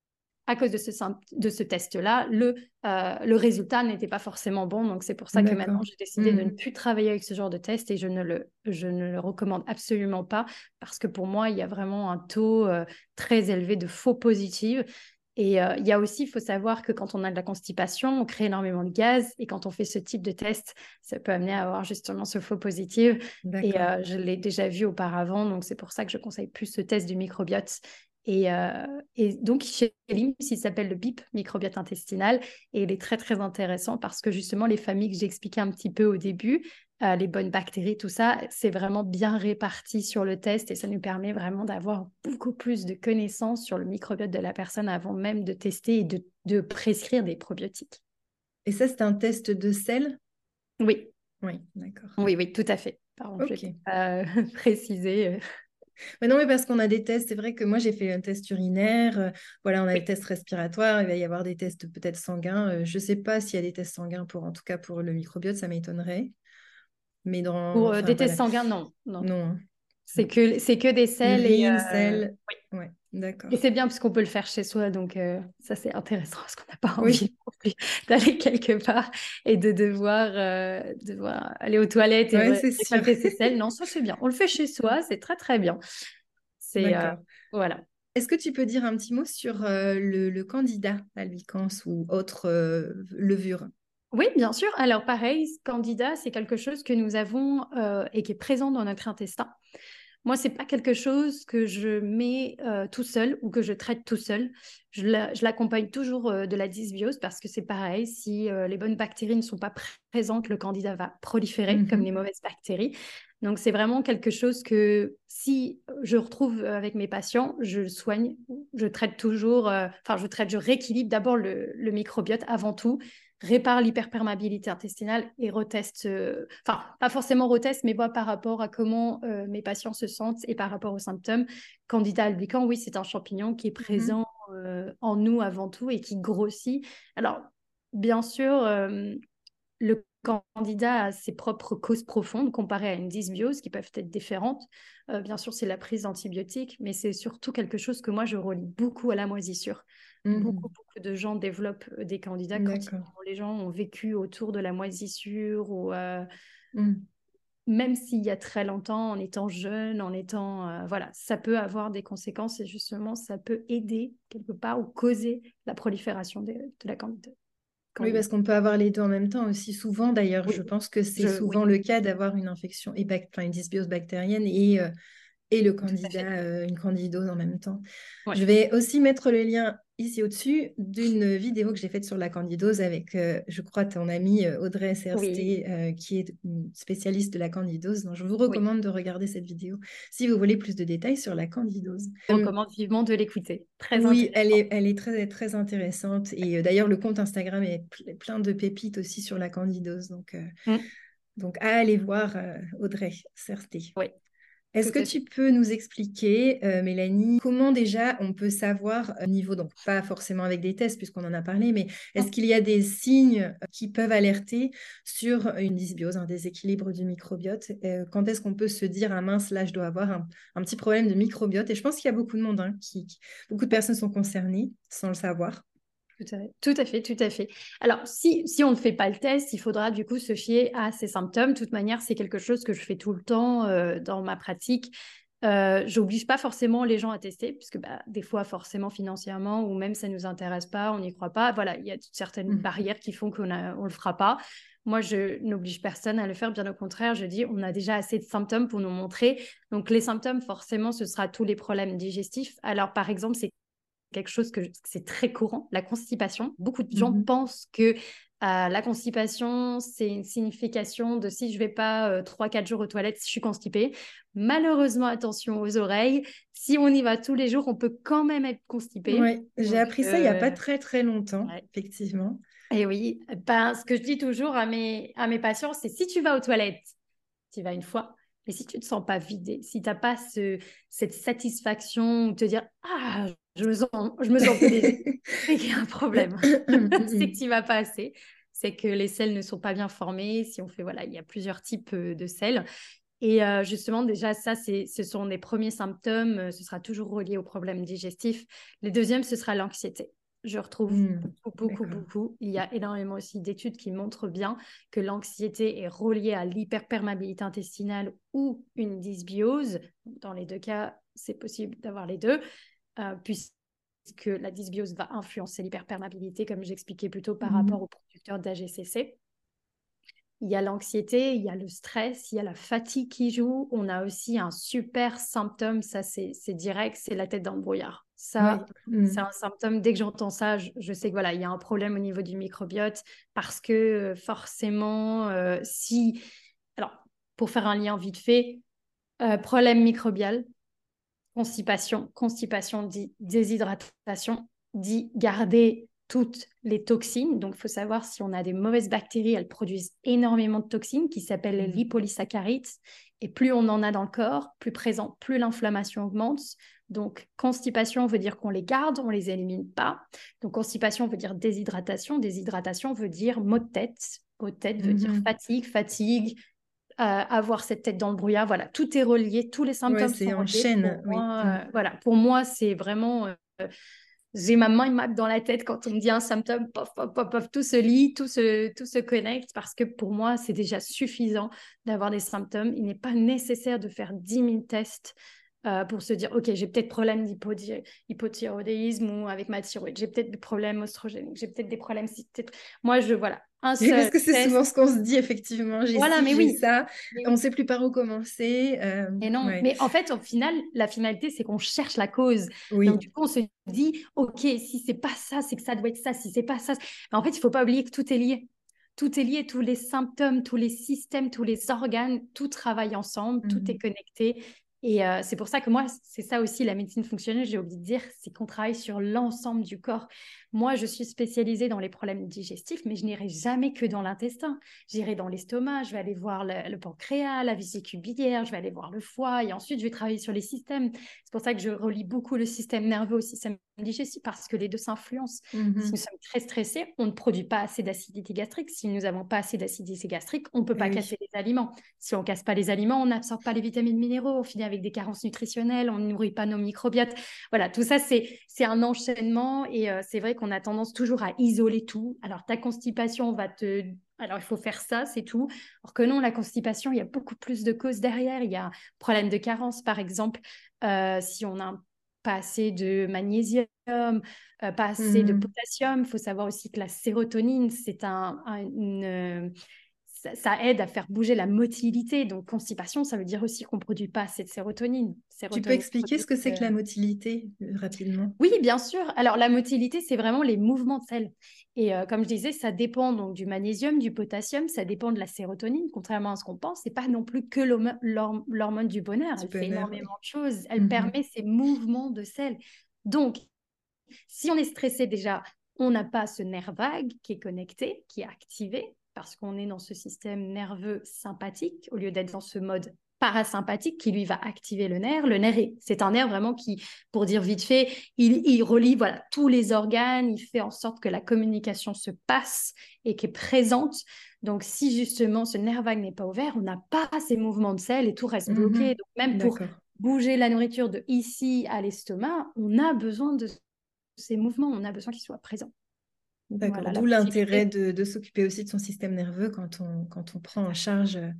à cause de ce, de ce test-là, le, euh, le résultat n'était pas forcément bon. Donc, c'est pour ça que maintenant, j'ai décidé mmh. de ne plus travailler avec ce genre de test et je ne le, je ne le recommande absolument pas parce que pour moi, il y a vraiment un taux euh, très élevé de faux positifs. Et euh, il y a aussi, il faut savoir que quand on a de la constipation, on crée énormément de gaz. Et quand on fait ce type de test, ça peut amener à avoir justement ce faux positif. Et euh, je l'ai déjà vu auparavant. Donc, c'est pour ça que je conseille plus ce test du microbiote. Et, euh, et donc, chez l'I M S, il s'appelle le B I P, microbiote intestinal. Et il est très, très intéressant parce que justement, les familles que j'ai expliquées un petit peu au début, euh, les bonnes bactéries, tout ça, c'est vraiment bien réparti sur le test et ça nous permet vraiment d'avoir beaucoup plus de connaissances sur le microbiote de la personne avant même de tester et de, de prescrire des probiotiques. Et ça, c'est un test de sel? Oui. Oui, d'accord. Oui, oui, tout à fait. Pardon, okay. je vais pas préciser. Mais non, mais parce qu'on a des tests, c'est vrai que moi j'ai fait un test urinaire, euh, voilà, on a oui. des tests respiratoires, il va y avoir des tests peut-être sanguins. Euh, je ne sais pas s'il y a des tests sanguins pour, en tout cas pour le microbiote, ça m'étonnerait. Mais dans, pour enfin, des tests voilà. sanguins, non. Non. non. C'est que, c'est que des sels. Urine, et, euh, sel. Oui. Ouais, d'accord. Et c'est bien parce qu'on peut le faire chez soi, donc euh, ça c'est intéressant parce qu'on n'a pas envie oui. d'aller quelque part et de devoir, euh, devoir aller aux toilettes et ouais, récolter ses sels. Non, ça c'est bien. On le fait chez soi, c'est très très bien. C'est euh, voilà. Est-ce que tu peux dire un petit mot sur euh, le, le candida albicans ou autre euh, levure? Oui, bien sûr. Alors pareil, candida, c'est quelque chose que nous avons euh, et qui est présent dans notre intestin. Moi, ce n'est pas quelque chose que je mets euh, tout seul ou que je traite tout seul. Je l'accompagne la, toujours euh, de la dysbiose parce que c'est pareil, si euh, les bonnes bactéries ne sont pas pr présentes, le candida va proliférer mm-hmm. comme les mauvaises bactéries. Donc, c'est vraiment quelque chose que si je retrouve avec mes patients, je soigne, je traite toujours, enfin, euh, je traite, je rééquilibre d'abord le, le microbiote avant tout, répare l'hyperperméabilité intestinale et reteste, euh, enfin, pas forcément reteste, mais voit par rapport à comment euh, mes patients se sentent et par rapport aux symptômes. Candida albicans, oui, c'est un champignon qui est présent mm-hmm. euh, en nous avant tout et qui grossit. Alors, bien sûr, euh, le candida a ses propres causes profondes comparées à une dysbiose qui peuvent être différentes. Euh, bien sûr, c'est la prise d'antibiotiques, mais c'est surtout quelque chose que moi, je relie beaucoup à la moisissure. Mmh. Beaucoup, beaucoup de gens développent des candidats quand ils, les gens ont vécu autour de la moisissure ou euh, mmh. même s'il y a très longtemps, en étant jeune, en étant... Euh, voilà, ça peut avoir des conséquences et justement, ça peut aider quelque part ou causer la prolifération de, de la candidate. Oui, parce qu'on peut avoir les deux en même temps aussi. Souvent, d'ailleurs, oui. je pense que c'est je, souvent oui. le cas d'avoir une infection, enfin une dysbiose bactérienne et, euh, et le candida, euh, une candidose en même temps. Ouais. Je vais aussi mettre le lien ici au-dessus d'une vidéo que j'ai faite sur la candidose avec, euh, je crois, ton amie Audrey S R C T, oui. euh, qui est une spécialiste de la candidose. Donc, je vous recommande oui. de regarder cette vidéo si vous voulez plus de détails sur la candidose. Je vous recommande vivement de l'écouter. Très oui, elle est, elle est très, très intéressante. Et euh, d'ailleurs, le compte Instagram est plein de pépites aussi sur la candidose. Donc, euh, mm. donc à aller voir euh, Audrey S R C T. Oui. Est-ce que tu peux nous expliquer, euh, Mélanie, comment déjà on peut savoir au niveau, donc pas forcément avec des tests puisqu'on en a parlé, mais est-ce qu'il y a des signes qui peuvent alerter sur une dysbiose, un déséquilibre du microbiote? euh, Quand est-ce qu'on peut se dire, ah mince, là je dois avoir un, un petit problème de microbiote? Et je pense qu'il y a beaucoup de monde, hein, qui, qui, beaucoup de personnes sont concernées sans le savoir. Tout à, fait, tout à fait, tout à fait. Alors, si, si on ne fait pas le test, il faudra du coup se fier à ces symptômes. De toute manière, c'est quelque chose que je fais tout le temps euh, dans ma pratique. Euh, j'oblige pas forcément les gens à tester, puisque bah, des fois, forcément, financièrement, ou même ça ne nous intéresse pas, on n'y croit pas. Voilà, il y a certaines mmh. barrières qui font qu'on ne le fera pas. Moi, je n'oblige personne à le faire. Bien au contraire, je dis, on a déjà assez de symptômes pour nous montrer. Donc, les symptômes, forcément, ce sera tous les problèmes digestifs. Alors, par exemple, c'est quelque chose que c'est très courant, la constipation. Beaucoup de gens mmh. pensent que euh, la constipation, c'est une signification de si je ne vais pas euh, trois quatre jours aux toilettes, je suis constipée. Malheureusement, attention aux oreilles. Si on y va tous les jours, on peut quand même être constipé. Oui, j'ai appris euh... ça il n'y a pas très très longtemps, ouais. effectivement. Et oui, ben, ce que je dis toujours à mes, à mes patients, c'est si tu vas aux toilettes, tu y vas une fois. Mais si tu ne te sens pas vidé, si tu n'as pas ce, cette satisfaction, te dire « Ah, je me sens, je me sens peu léger », c'est qu'il y a un problème. C'est que tu n'y vas pas assez. C'est que les selles ne sont pas bien formées. Si on fait, voilà, il y a plusieurs types de selles. Et euh, justement, déjà, ça, ce sont des premiers symptômes. Ce sera toujours relié aux problèmes digestifs. Les deuxièmes, ce sera l'anxiété. je retrouve Mmh. beaucoup, beaucoup, D'accord. beaucoup. Il y a énormément aussi d'études qui montrent bien que l'anxiété est reliée à l'hyperperméabilité intestinale ou une dysbiose. Dans les deux cas, c'est possible d'avoir les deux, euh, puisque la dysbiose va influencer l'hyperperméabilité, comme j'expliquais plus tôt par rapport Mmh. aux producteurs d'A G C C. Il y a l'anxiété, il y a le stress, il y a la fatigue qui joue. On a aussi un super symptôme, ça c'est direct, c'est la tête dans le brouillard. Oui. Ça, c'est Mmh. un symptôme, dès que j'entends ça, je, je sais que voilà, il y a un problème au niveau du microbiote parce que euh, forcément, euh, si... Alors, pour faire un lien vite fait, euh, problème microbial, constipation, constipation dit déshydratation, dit garder toutes les toxines. Donc, il faut savoir si on a des mauvaises bactéries, elles produisent énormément de toxines qui s'appellent les Mmh. lipolysaccharides. Et plus on en a dans le corps, plus présent, plus l'inflammation augmente. Donc, constipation veut dire qu'on les garde, on les élimine pas. Donc, constipation veut dire déshydratation. Déshydratation veut dire maux de tête. Maux de tête veut dire Mmh. fatigue, fatigue, euh, avoir cette tête dans le brouillard. Voilà, tout est relié, tous les Ouais, symptômes c'est sont en reliés. chaîne, Pour oui. moi, Mmh. euh, voilà, pour moi, c'est vraiment. Euh, j'ai ma mind map dans la tête quand on me dit un symptôme, pof, pof, pof, pof, tout se lie, tout se, tout se connecte parce que pour moi, c'est déjà suffisant d'avoir des symptômes. Il n'est pas nécessaire de faire dix mille tests euh, pour se dire, OK, j'ai peut-être problème d'hypothyroïdisme ou avec ma thyroïde, j'ai peut-être des problèmes oestrogéniques, j'ai peut-être des problèmes. Moi, je, voilà, un Oui, parce seul que c'est test. souvent ce qu'on se dit, effectivement. J'ai Voilà, ci, mais j'ai oui. ça. Mais On ne oui. sait plus par où commencer. Euh, Et non, ouais. mais en fait, au final, la finalité, c'est qu'on cherche la cause. Donc, Oui. du coup, on se dit, OK, si c'est pas ça, c'est que ça doit être ça. Si c'est pas ça. Mais en fait, il faut pas oublier que tout est lié. Tout est lié, tous les symptômes, tous les systèmes, tous les organes, tout travaille ensemble, tout est Mhm. connecté. Et euh, c'est pour ça que moi, c'est ça aussi la médecine fonctionnelle, j'ai oublié de dire, c'est qu'on travaille sur l'ensemble du corps. Moi, je suis spécialisée dans les problèmes digestifs, mais je n'irai jamais que dans l'intestin. J'irai dans l'estomac, je vais aller voir le, le pancréas, la vésicule biliaire, je vais aller voir le foie et ensuite je vais travailler sur les systèmes. C'est pour ça que je relie beaucoup le système nerveux au système digestif parce que les deux s'influencent. Si nous Mhm. sommes très stressés, on ne produit pas assez d'acidité gastrique. Si nous n'avons pas assez d'acidité gastrique, on ne peut pas Eh casser oui. les aliments. Si on ne casse pas les aliments, on n'absorbe pas les vitamines minéraux, on finit avec des carences nutritionnelles, on ne nourrit pas nos microbiotes. Voilà, tout ça, c'est un enchaînement et euh, c'est vrai qu'on a tendance toujours à isoler tout. Alors, ta constipation va te alors, il faut faire ça, c'est tout. Alors que non, la constipation, il y a beaucoup plus de causes derrière. Il y a un problème de carence, par exemple, euh, si on a pas assez de magnésium, euh, pas assez de Mhm. potassium. Il faut savoir aussi que la sérotonine, c'est un, un, une, ça, ça aide à faire bouger la motilité. Donc, constipation, ça veut dire aussi qu'on ne produit pas assez de sérotonine. Tu peux Sérotonine expliquer ce produite, que c'est euh, que la motilité, euh, rapidement? oui, bien sûr. Alors, la motilité, c'est vraiment les mouvements de sel. Et euh, comme je disais, ça dépend donc du magnésium, du potassium, ça dépend de la sérotonine, contrairement à ce qu'on pense. C'est pas non plus que l'hormo- l'horm- l'hormone du bonheur. Du Elle fait bonheur, énormément oui. de choses. Elle Mhm. permet ces mouvements de sel. Donc, si on est stressé déjà, on n'a pas ce nerf vague qui est connecté, qui est activé, parce qu'on est dans ce système nerveux sympathique au lieu d'être dans ce mode parasympathique qui lui va activer le nerf. Le nerf, c'est un nerf vraiment qui, pour dire vite fait, il, il relie voilà, tous les organes, il fait en sorte que la communication se passe et qui est présente. Donc, si justement ce nerf vague n'est pas ouvert, on n'a pas ces mouvements de sel et tout reste bloqué. Mhm. Donc, même pour D'accord. bouger la nourriture de ici à l'estomac, on a besoin de ces mouvements, on a besoin qu'ils soient présents. D'accord. Voilà, la D'où l'intérêt motilité. de, de s'occuper aussi de son système nerveux quand on, quand on prend en charge euh,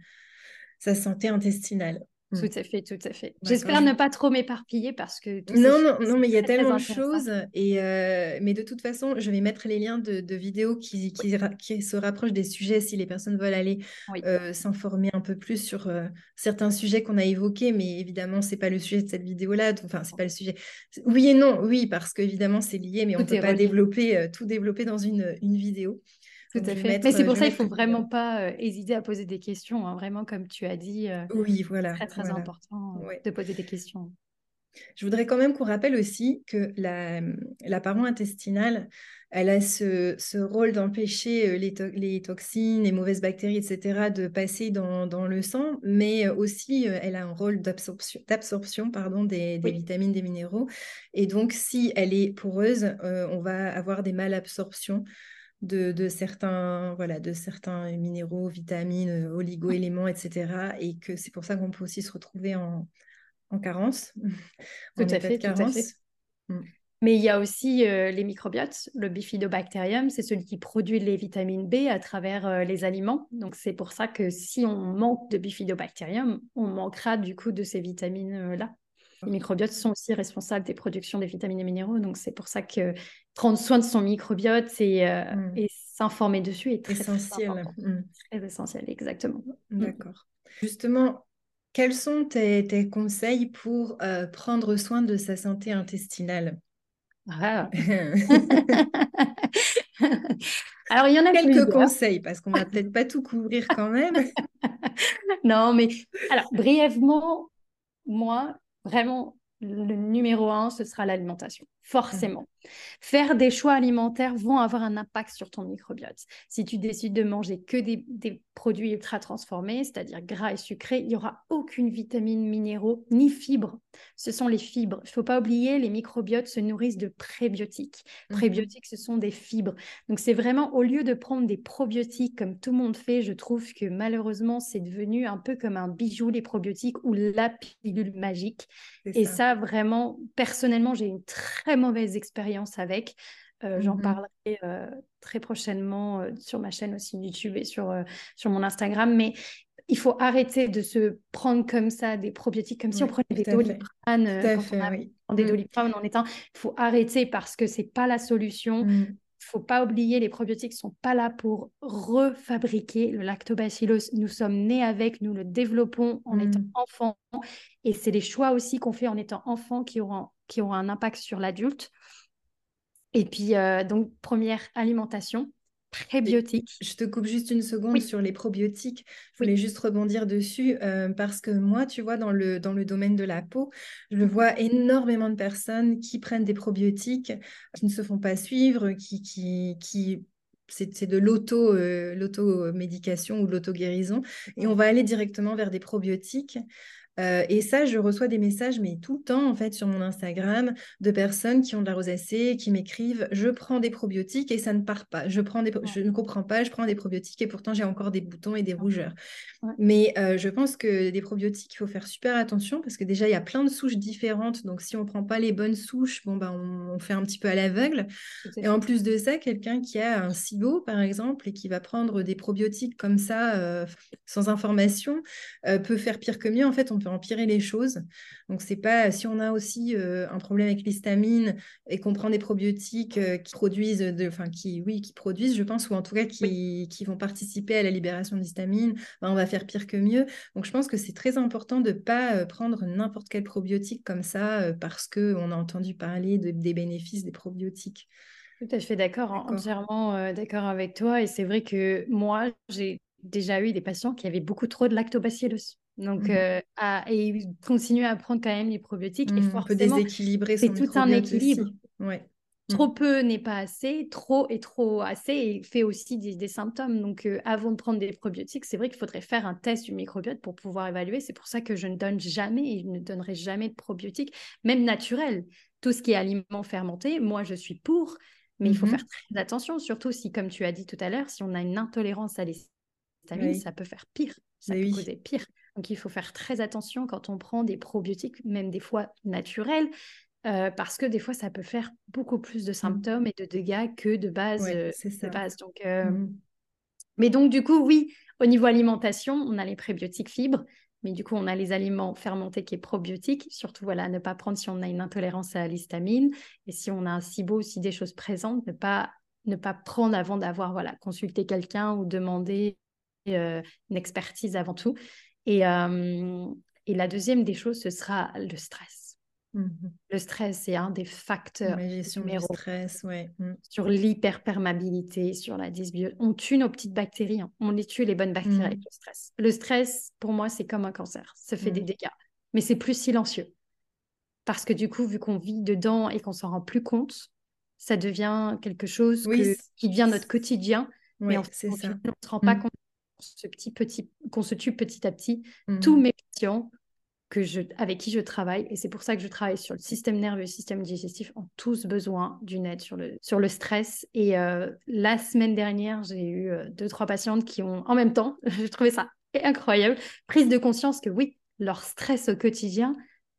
sa santé intestinale. Mm. Tout à fait, tout à fait. D'accord. J'espère Je- ne pas trop m'éparpiller parce que tous ces Non, sujets non, non, sont mais il y a très, très tellement de intéressants. choses. Et, euh, mais de toute façon, je vais mettre les liens de, de vidéos qui, Oui, qui, ra- qui se rapprochent des sujets si les personnes veulent aller oui, euh, s'informer un peu plus sur euh, certains sujets qu'on a évoqués. Mais évidemment, c'est pas le sujet de cette vidéo-là. Enfin, c'est pas le sujet. Oui et non, oui, parce qu'évidemment, c'est lié, mais on tout peut est pas relié. développer, euh, tout développer dans une, une vidéo. Tout Donc, à je vais fait. Mais mettre, c'est je pour vais ça qu'il mettre faut le lien. vraiment pas euh, hésiter à poser des questions. Hein. Vraiment, comme tu as dit, euh, Oui, c'est voilà, très, très voilà. important euh, Ouais. de poser des questions. Je voudrais quand même qu'on rappelle aussi que la, la paroi intestinale, elle a ce, ce rôle d'empêcher euh, les, to- les toxines, les mauvaises bactéries, et cetera, de passer dans, dans le sang, mais euh, aussi euh, elle a un rôle d'absorption, d'absorption, pardon, des, des Oui, vitamines, des minéraux. Et donc, si elle est poreuse, euh, on va avoir des malabsorptions de, de certains, voilà, de certains minéraux, vitamines, euh, oligo-éléments, et cetera. Et que c'est pour ça qu'on peut aussi se retrouver en, en carence, tout en à état de fait, tout à fait. carence. Mm. Mais il y a aussi euh, les microbiotes. Le bifidobacterium, c'est celui qui produit les vitamines B à travers euh, les aliments. Donc, c'est pour ça que si on manque de bifidobacterium, on manquera du coup de ces vitamines-là. Les microbiotes sont aussi responsables des productions des vitamines et minéraux. Donc, c'est pour ça que prendre soin de son microbiote et, euh, Mm. et s'informer dessus est très, très Essentiel. important. Mm. Très essentiel, exactement. Mm. D'accord. Justement, quels sont tes, tes conseils pour euh, prendre soin de sa santé intestinale? Ah. Alors, il y en a Quelques plusieurs. conseils, parce qu'on va peut-être pas tout couvrir quand même. Non, mais alors, brièvement, moi, vraiment, le numéro un, ce sera l'alimentation. Mhm. Forcément. Faire des choix alimentaires vont avoir un impact sur ton microbiote. Si tu décides de manger que des, des produits ultra transformés, c'est-à-dire gras et sucrés, il n'y aura aucune vitamine, minéraux, ni fibres. Ce sont les fibres. Il ne faut pas oublier, les microbiotes se nourrissent de prébiotiques. Mhm. Prébiotiques, ce sont des fibres. Donc, c'est vraiment, au lieu de prendre des probiotiques comme tout le monde fait, je trouve que malheureusement, c'est devenu un peu comme un bijou, les probiotiques, ou la pilule magique. C'est Et ça. ça, vraiment, personnellement, j'ai une très mauvaise expérience avec. Euh, j'en Mhm. parlerai euh, très prochainement euh, sur ma chaîne aussi YouTube et sur, euh, sur mon Instagram. Mais il faut arrêter de se prendre comme ça des probiotiques, comme si on Oui, prenait des tout à fait. Doliprane Tout euh, à quand on fait, a oui. des Mm. Doliprane en étant. Il faut arrêter parce que c'est pas la solution. Mm. Il faut pas oublier, les probiotiques sont pas là pour refabriquer le lactobacillus. Nous sommes nés avec, nous le développons en étant Mm. enfants. Et c'est les choix aussi qu'on fait en étant enfant qui auront, qui auront un impact sur l'adulte. Et puis, euh, donc, première alimentation, Et prébiotiques. je te coupe juste une seconde Oui, sur les probiotiques. Je voulais oui. juste rebondir dessus euh, parce que moi, tu vois, dans le, dans le domaine de la peau, je Mhm. vois énormément de personnes qui prennent des probiotiques, qui ne se font pas suivre, qui, qui, qui c'est c'est de l'auto, euh, l'auto-médication ou de l'auto-guérison. Et on Ouais. va aller directement vers des probiotiques. Euh, et ça, je reçois des messages, mais tout le temps, en fait, sur mon Instagram, de personnes qui ont de la rosacée, qui m'écrivent, je prends des probiotiques et ça ne part pas. Je prends des, pro- Ouais. je ne comprends pas, je prends des probiotiques et pourtant j'ai encore des boutons et des rougeurs. Ouais. Mais euh, je pense que des probiotiques, il faut faire super attention parce que déjà, il y a plein de souches différentes. Donc, si on ne prend pas les bonnes souches, bon, ben, on, on fait un petit peu à l'aveugle. Tout à Et en fait. plus de ça, quelqu'un qui a un SIBO, par exemple, et qui va prendre des probiotiques comme ça, euh, sans information, euh, peut faire pire que mieux. En fait, on peut empirer les choses. Donc, c'est pas si on a aussi euh, un problème avec l'histamine et qu'on prend des probiotiques euh, qui produisent, de, enfin, qui, oui, qui produisent, je pense, ou en tout cas Oui. qui, qui vont participer à la libération d'histamine, ben, on va faire pire que mieux. Donc, je pense que c'est très important de ne pas euh, prendre n'importe quel probiotique comme ça euh, parce qu'on a entendu parler de- des bénéfices des probiotiques. Tout à fait d'accord, hein, D'accord. entièrement euh, d'accord avec toi. Et c'est vrai que moi, j'ai déjà eu des patients qui avaient beaucoup trop de lactobacillus. Donc, Mhm. euh, à- et ils continuent à prendre quand même les probiotiques. Et Mm, on peut forcément, déséquilibrer son c'est tout un microbiote équilibre. aussi. Ouais. Mm. Trop peu n'est pas assez, trop et trop assez et fait aussi des, des symptômes. Donc, euh, avant de prendre des probiotiques, c'est vrai qu'il faudrait faire un test du microbiote pour pouvoir évaluer. C'est pour ça que je ne donne jamais et je ne donnerai jamais de probiotiques, même naturels. Tout ce qui est aliments fermentés, moi, je suis pour, mais il faut faire Mhm. très attention, surtout si, comme tu as dit tout à l'heure, si on a une intolérance à l'histamine, Oui. ça peut faire pire, ça Mais peut oui. causer pire. Donc, il faut faire très attention quand on prend des probiotiques, même des fois naturels, euh, parce que des fois, ça peut faire beaucoup plus de Mm. symptômes et de dégâts que de base. Ouais, euh, c'est de ça. base. Donc, euh, Mm. Mais donc, du coup, oui, au niveau alimentation, on a les prébiotiques fibres, mais du coup, on a les aliments fermentés qui est probiotiques. Surtout, voilà, ne pas prendre si on a une intolérance à l'histamine et si on a un SIBO aussi des choses présentes, ne pas, ne pas prendre avant d'avoir voilà, consulté quelqu'un ou demander euh, une expertise avant tout. Et, euh, et la deuxième des choses, ce sera le stress. Mhm. Le stress, c'est un des facteurs La gestion du numéro stress, ouais. Mm. sur l'hyperperméabilité, sur la dysbiose. On tue nos petites bactéries, hein. On les tue, les bonnes bactéries avec Mm. le stress. Le stress, pour moi, c'est comme un cancer. Ça fait des Mm. dégâts. Mais c'est plus silencieux. Parce que du coup, vu qu'on vit dedans et qu'on s'en rend plus compte, ça devient quelque chose Oui, que, c- qui devient notre c- quotidien. Mais en ouais, fait, c'est au ça. final, on ne se rend pas Mm. compte qu'on se, petit, petit, qu'on se tue petit à petit. Tous Mm. mes patients que je, avec qui je travaille, et c'est pour ça que je travaille sur le système nerveux et le système digestif, ont tous besoin d'une aide sur le, sur le stress. Et euh, la semaine dernière, j'ai eu euh, deux, trois patientes qui ont, en même temps, j'ai trouvé ça incroyable, prise de conscience que oui, leur stress au quotidien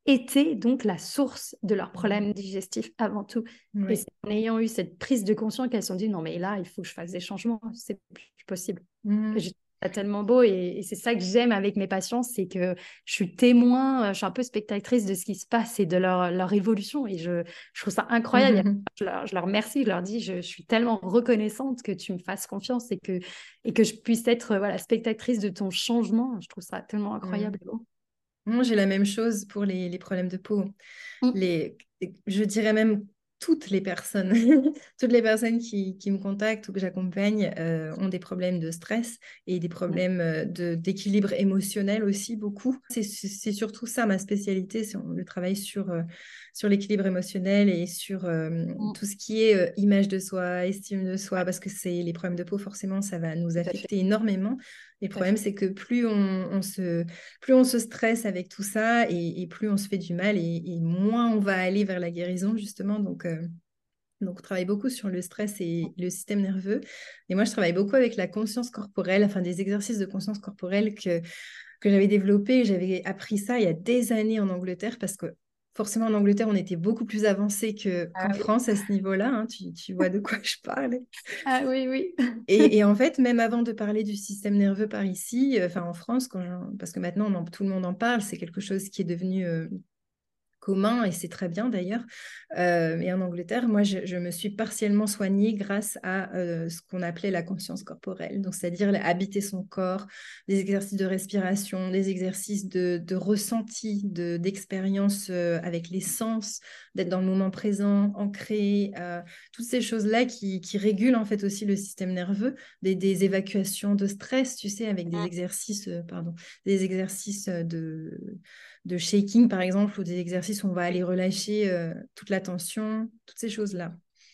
étaient donc la source de leurs problèmes digestifs avant tout. Et Oui. c'est en ayant eu cette prise de conscience qu'elles se sont dit, non mais là, il faut que je fasse des changements, c'est plus possible. Et Mhm. j'ai trouvé ça tellement beau et, et c'est ça que j'aime avec mes patients, c'est que je suis témoin, euh, je suis un peu spectatrice de ce qui se passe et de leur, leur évolution et je, je trouve ça incroyable. Et Mhm. je leur, je leur remercie, je leur dis, je, je suis tellement reconnaissante que tu me fasses confiance et que, et que je puisse être voilà, spectatrice de ton changement. Je trouve ça tellement Mhm. incroyable et beau. Moi, j'ai la même chose pour les, les problèmes de peau. Mm. Les, je dirais même toutes les personnes, toutes les personnes qui, qui me contactent ou que j'accompagne euh, ont des problèmes de stress et des Ouais, problèmes euh, de, d'équilibre émotionnel aussi beaucoup. C'est, c'est surtout ça ma spécialité, c'est le travail sur, euh, sur l'équilibre émotionnel et sur euh, mm, tout ce qui est euh, image de soi, estime de soi, ouais, parce que c'est les problèmes de peau, forcément, ça va nous tout à fait, affecter énormément. Et le tout à problème, fait. c'est que plus on, on se plus on se stresse avec tout ça et, et plus on se fait du mal et, et moins on va aller vers la guérison, justement. Donc, euh, donc, on travaille beaucoup sur le stress et le système nerveux. Et moi, je travaille beaucoup avec la conscience corporelle, enfin des exercices de conscience corporelle que, que j'avais développés. J'avais appris ça il y a des années en Angleterre parce que forcément, en Angleterre, on était beaucoup plus avancé que, Ah qu'en oui, France à ce niveau-là, hein. Tu, tu vois de quoi je parle. ah oui, oui. Et, et en fait, même avant de parler du système nerveux par ici, euh, enfin en France, quand j'en- parce que maintenant on en- tout le monde en parle, c'est quelque chose qui est devenu euh, commun et c'est très bien d'ailleurs. Euh, et en Angleterre, moi, je, je me suis partiellement soignée grâce à euh, ce qu'on appelait la conscience corporelle. Donc, c'est-à-dire habiter son corps, des exercices de respiration, des exercices de, de ressenti, de, d'expérience euh, avec les sens, d'être dans le moment présent, ancré, euh, toutes ces choses-là qui, qui régulent en fait aussi le système nerveux, des, des évacuations de stress, tu sais, avec des exercices, euh, pardon, des exercices de de shaking, par exemple, ou des exercices où on va aller relâcher euh, toute la tension, toutes ces choses-là.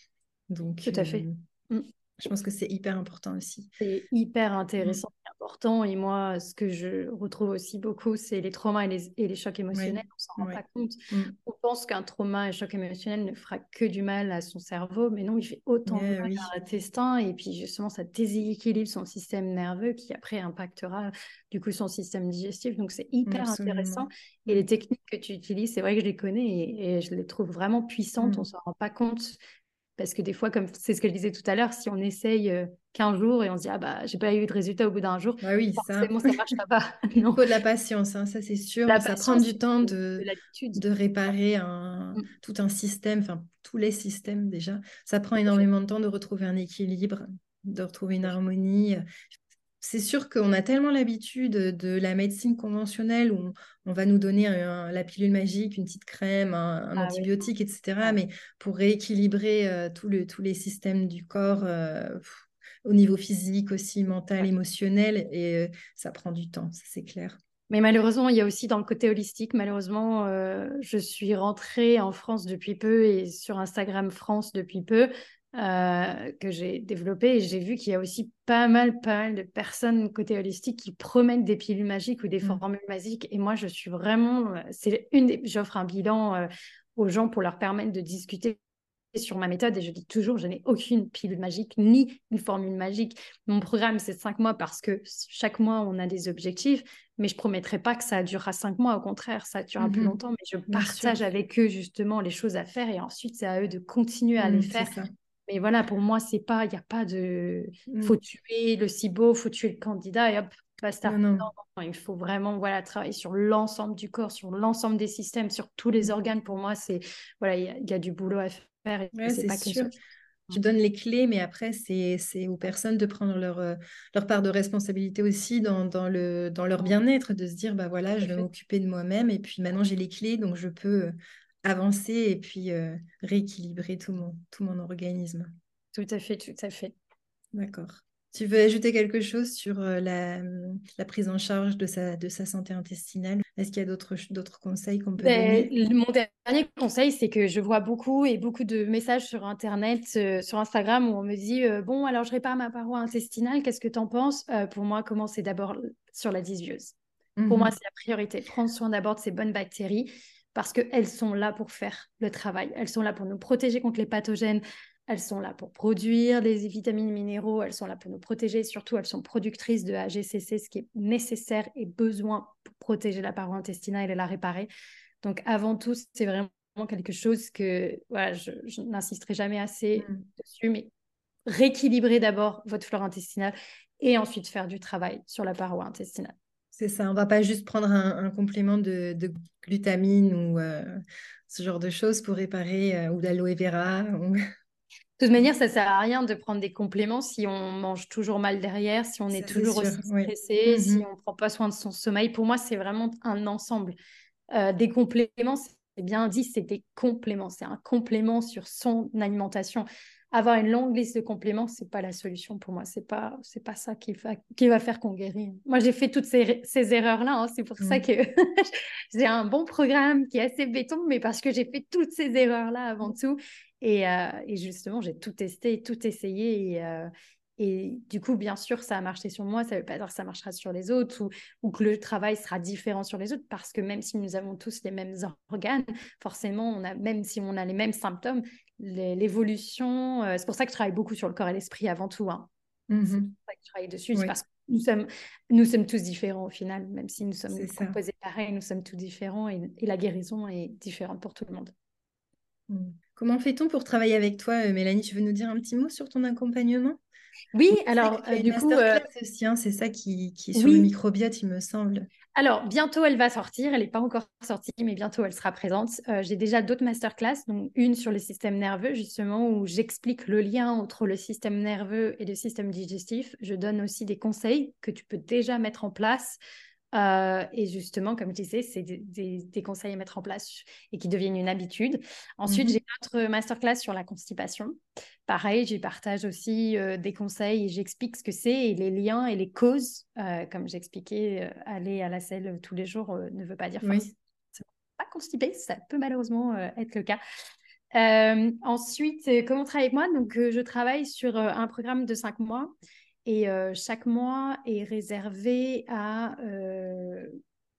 Donc, Tout à fait. euh, Mm. je pense que c'est hyper important aussi. C'est hyper Mm. intéressant et important. Et moi, ce que je retrouve aussi beaucoup, c'est les traumas et les, et les chocs Oui, émotionnels. On s'en rend oui. pas compte. Mm. On pense qu'un trauma et un choc émotionnel ne fera que du mal à son cerveau, mais non, il fait autant de Yeah, mal oui, à l'intestin. Et puis, justement, ça déséquilibre son système nerveux qui, après, impactera du coup son système digestif. Donc, c'est hyper absolument. intéressant. Et Mm. les techniques que tu utilises, c'est vrai que je les connais et, et je les trouve vraiment puissantes. On Mm. s'en rend pas compte. Parce que des fois, comme c'est ce que je disais tout à l'heure, si on essaye euh, quinze jours et on se dit, ah bah, j'ai pas eu de résultat au bout d'un jour, Bah oui, ça. forcément, ça marchera pas. Il Non, faut de la patience, hein, ça c'est sûr. la Ça prend patience, du c'est temps de de, l'habitude. de réparer un, Mm, tout un système, enfin tous les systèmes déjà. Ça prend tout à fait. énormément de temps de retrouver un équilibre, de retrouver une Tout à fait. harmonie. C'est sûr qu'on a tellement l'habitude de la médecine conventionnelle où on, on va nous donner un- la pilule magique, une petite crème, un, un Ah oui, antibiotique, et cetera. ouais, Mais pour rééquilibrer euh, tout le- tous les systèmes du corps, euh, pff, au niveau physique aussi, tout mental, à fait. émotionnel, et euh, ça prend du temps, ça c'est clair. Mais malheureusement, il y a aussi dans le côté holistique, malheureusement, euh, je suis rentrée en France depuis peu et sur Instagram France depuis peu, euh, que j'ai développé et j'ai vu qu'il y a aussi pas mal, pas mal de personnes côté holistique qui promettent des pilules magiques ou des Mm. formules magiques. Et moi, je suis vraiment, euh, c'est une des, j'offre un bilan euh, aux gens pour leur permettre de discuter sur ma méthode et je dis toujours, je n'ai aucune pilule magique ni une formule magique. Mon programme, c'est cinq mois parce que chaque mois, on a des objectifs, mais je ne promettrai pas que ça durera cinq mois. Au contraire, ça durera plus Mhm. longtemps, mais je Bien sûr. partage avec eux justement les choses à faire et ensuite, c'est à eux de continuer à les Mm, c'est faire. ça. Mais voilà, pour moi, c'est pas, il n'y a pas de, faut Mm. tuer le cibo, faut tuer le candidat et hop, Non, basta. non. Non, non, il faut vraiment, voilà, travailler sur l'ensemble du corps, sur l'ensemble des systèmes, sur tous les Mm. organes. Pour moi, c'est, voilà, il y, a il y a du boulot à faire et Ouais, c'est c'est pas qu'une sûr. seule chose. Tu donnes les clés, mais après, c'est, c'est aux personnes de prendre leur, euh, leur part de responsabilité aussi dans, dans le, dans leur Mm, bien-être, de se dire, bah tout voilà, à je vais fait. m'occuper de moi-même et puis maintenant j'ai les clés, donc je peux euh, avancer et puis euh, rééquilibrer tout mon, tout mon organisme. Tout à fait, tout à fait. D'accord. Tu veux ajouter quelque chose sur euh, la, la prise en charge de sa, de sa santé intestinale? Est-ce qu'il y a d'autres, d'autres conseils qu'on peut Ben, donner? le- mon dernier conseil, c'est que je vois beaucoup et beaucoup de messages sur Internet, euh, sur Instagram, où on me dit euh, bon, alors je répare ma paroi intestinale, qu'est-ce que tu en penses? Euh, Pour moi, commencer d'abord sur la dysbiose. Pour moi, Mhm. c'est la priorité. Prendre soin d'abord de ces bonnes bactéries parce qu'elles sont là pour faire le travail. Elles sont là pour nous protéger contre les pathogènes. Elles sont là pour produire les vitamines et minéraux. Elles sont là pour nous protéger. Surtout, elles sont productrices de A G C C, ce qui est nécessaire et besoin pour protéger la paroi intestinale et la réparer. Donc, avant tout, c'est vraiment quelque chose que voilà, je, je n'insisterai jamais assez Mm. dessus, mais rééquilibrer d'abord votre flore intestinale et ensuite faire du travail sur la paroi intestinale. C'est ça, on va pas juste prendre un, un complément de, de glutamine ou euh, ce genre de choses pour réparer, euh, ou d'aloe vera. ou- De toute manière, ça sert à rien de prendre des compléments si on mange toujours mal derrière, si on est Ça, c'est toujours sûr, aussi oui. stressé, si Mhm. on ne prend pas soin de son sommeil. Pour moi, c'est vraiment un ensemble. Euh, des compléments, c'est bien dit, c'est des compléments. C'est un complément sur son alimentation. Avoir une longue liste de compléments, c'est pas la solution pour moi. C'est pas, c'est pas ça qui va, qui va faire qu'on guérit. Moi, j'ai fait toutes ces, ces erreurs-là, hein. C'est pour ça Mm. que j'ai un bon programme qui est assez béton, mais parce que j'ai fait toutes ces erreurs-là avant tout. Et, euh, et justement, j'ai tout testé, tout essayé. Et, euh, et du coup, bien sûr, ça a marché sur moi. Ça ne veut pas dire que ça marchera sur les autres ou, ou que le travail sera différent sur les autres, parce que même si nous avons tous les mêmes organes, forcément, on a, même si on a les mêmes symptômes, les- l'évolution, euh, c'est pour ça que je travaille beaucoup sur le corps et l'esprit avant tout, hein. C'est pour Mhm. ça que je travaille dessus, c'est Oui, parce que nous sommes, nous sommes tous différents au final, même si nous sommes c'est ça. composés pareil, nous sommes tous différents et, et la guérison est différente pour tout le monde. Mm. Comment fait-on pour travailler avec toi, euh, Mélanie? Tu veux nous dire un petit mot sur ton accompagnement? Oui, Je sais que alors tu euh, fais une du coup, euh, masterclass aussi, hein, c'est ça qui, qui est sur le oui, microbiote, il me semble. alors, bientôt, elle va sortir. Elle n'est pas encore sortie, mais bientôt, elle sera présente. Euh, j'ai déjà d'autres masterclass, donc une sur le système nerveux, justement, où j'explique le lien entre le système nerveux et le système digestif. Je donne aussi des conseils que tu peux déjà mettre en place. Euh, et justement, comme je disais, c'est des, des- des conseils à mettre en place et qui deviennent une habitude. Ensuite, j'ai Mhm. notre masterclass sur la constipation. Pareil, j'y partage aussi euh, des conseils et j'explique ce que c'est et les liens et les causes. Euh, comme j'expliquais, euh, aller à la selle tous les jours euh, ne veut pas dire Oui, forcément pas constipé. Ça peut malheureusement euh, être le cas. Euh, ensuite, euh, comment travailler avec moi? Donc, euh, je travaille sur euh, un programme de cinq mois et euh, chaque mois est réservé à, euh,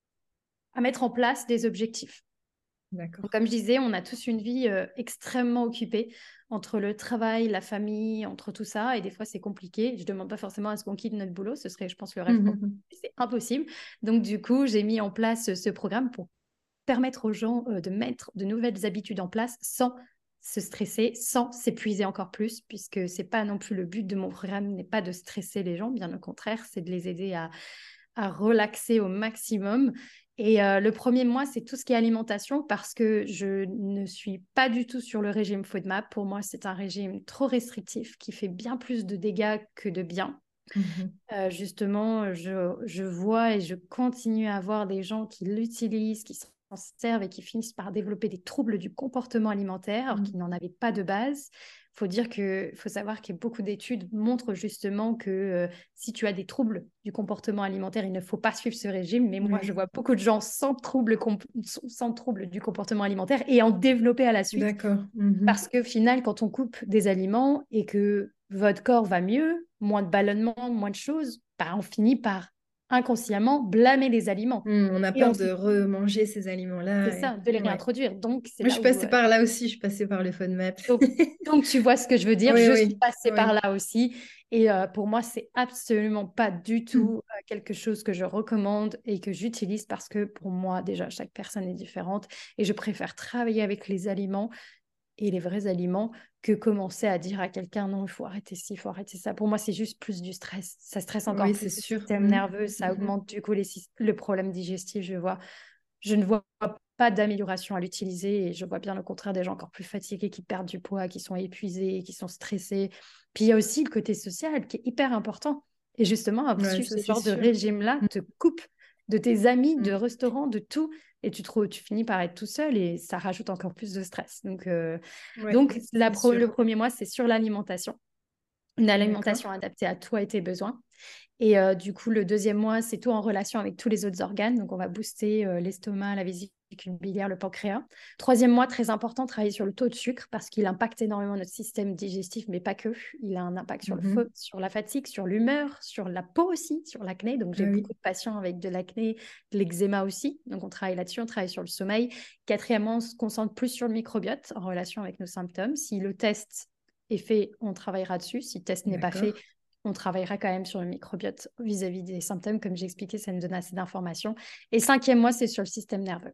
à mettre en place des objectifs. Donc, d'accord. comme je disais, on a tous une vie euh, extrêmement occupée entre le travail, la famille, entre tout ça. Et des fois, c'est compliqué. Je ne demande pas forcément à ce qu'on quitte notre boulot. Ce serait, je pense, le rêve pour tout le Mhm. monde. C'est impossible. Donc, du coup, j'ai mis en place ce programme pour permettre aux gens euh, de mettre de nouvelles habitudes en place sans se stresser, sans s'épuiser encore plus, puisque c'est pas non plus le but de mon programme, n'est pas de stresser les gens, bien au contraire, c'est de les aider à, à relaxer au maximum. Et euh, le premier mois, c'est tout ce qui est alimentation parce que je ne suis pas du tout sur le régime FODMAP. Pour moi, c'est un régime trop restrictif qui fait bien plus de dégâts que de bien. Mhm. Euh, justement, je, je vois et je continue à voir des gens qui l'utilisent, qui s'en servent et qui finissent par développer des troubles du comportement alimentaire alors qu'ils Mhm. n'en avaient pas de base. Il faut dire que, faut savoir que beaucoup d'études montrent justement que euh, si tu as des troubles du comportement alimentaire, il ne faut pas suivre ce régime. Mais moi, je Oui, vois beaucoup de gens sans troubles, sans troubles du comportement alimentaire et en développer à la suite d'accord. Mhm. parce qu'au final, quand on coupe des aliments et que votre corps va mieux, moins de ballonnement, moins de choses, bah, on finit par inconsciemment blâmer les aliments. Hmm, on a Et on peur de se- remanger ces c'est aliments-là. et- ça, de les Ouais. réintroduire. Donc, c'est Moi, je là suis où... passée euh, par là aussi, je suis passée par le FODMAP. donc, donc, tu vois ce que je veux dire. Oui, Je suis oui, passée par oui. là aussi. Et euh, pour moi, c'est absolument pas du Hmm. tout euh, quelque chose que je recommande et que j'utilise parce que pour moi, déjà, chaque personne est différente. Et je préfère travailler avec les aliments et les vrais aliments que commencer à dire à quelqu'un non, il faut arrêter ci, il faut arrêter ça. Pour moi, c'est juste plus du stress. Ça stresse encore Oui, plus c'est le sûr. système Hmm. nerveux, ça Mhm. augmente du coup les, le problème digestif. Je vois, je ne vois pas d'amélioration à l'utiliser et je vois bien le contraire des gens encore plus fatigués qui perdent du poids, qui sont épuisés, qui sont stressés. Puis il y a aussi le côté social qui est hyper important. Et justement, à Ouais, suivre ça, ce c'est genre de sûr. régime-là Hmm. te coupe de tes amis, de Hmm. restaurants, de tout. Et tu, te, tu finis par être tout seul et ça rajoute encore plus de stress. Donc, euh, Ouais, donc la c'est pro- sûr. le premier mois, c'est sur l'alimentation. Une D'accord. alimentation adaptée à toi et tes besoins. Et euh, du coup, le deuxième mois, c'est tout en relation avec tous les autres organes. Donc, on va booster euh, l'estomac, la vésicule biliaire, le pancréas. Troisième mois, très important, travailler sur le taux de sucre parce qu'il impacte énormément notre système digestif, mais pas que. Il a un impact sur le feu, Mhm. sur la fatigue, sur l'humeur, sur la peau aussi, sur l'acné. Donc, Ah j'ai oui, beaucoup de patients avec de l'acné, de l'eczéma aussi. Donc, on travaille là-dessus, on travaille sur le sommeil. Quatrièmement, on se concentre plus sur le microbiote en relation avec nos symptômes. Si le test est fait, on travaillera dessus. Si le test n'est pas fait, d'accord. on travaillera quand même sur le microbiote vis-à-vis des symptômes. Comme j'expliquais, ça nous donne assez d'informations. Et cinquième mois, c'est sur le système nerveux.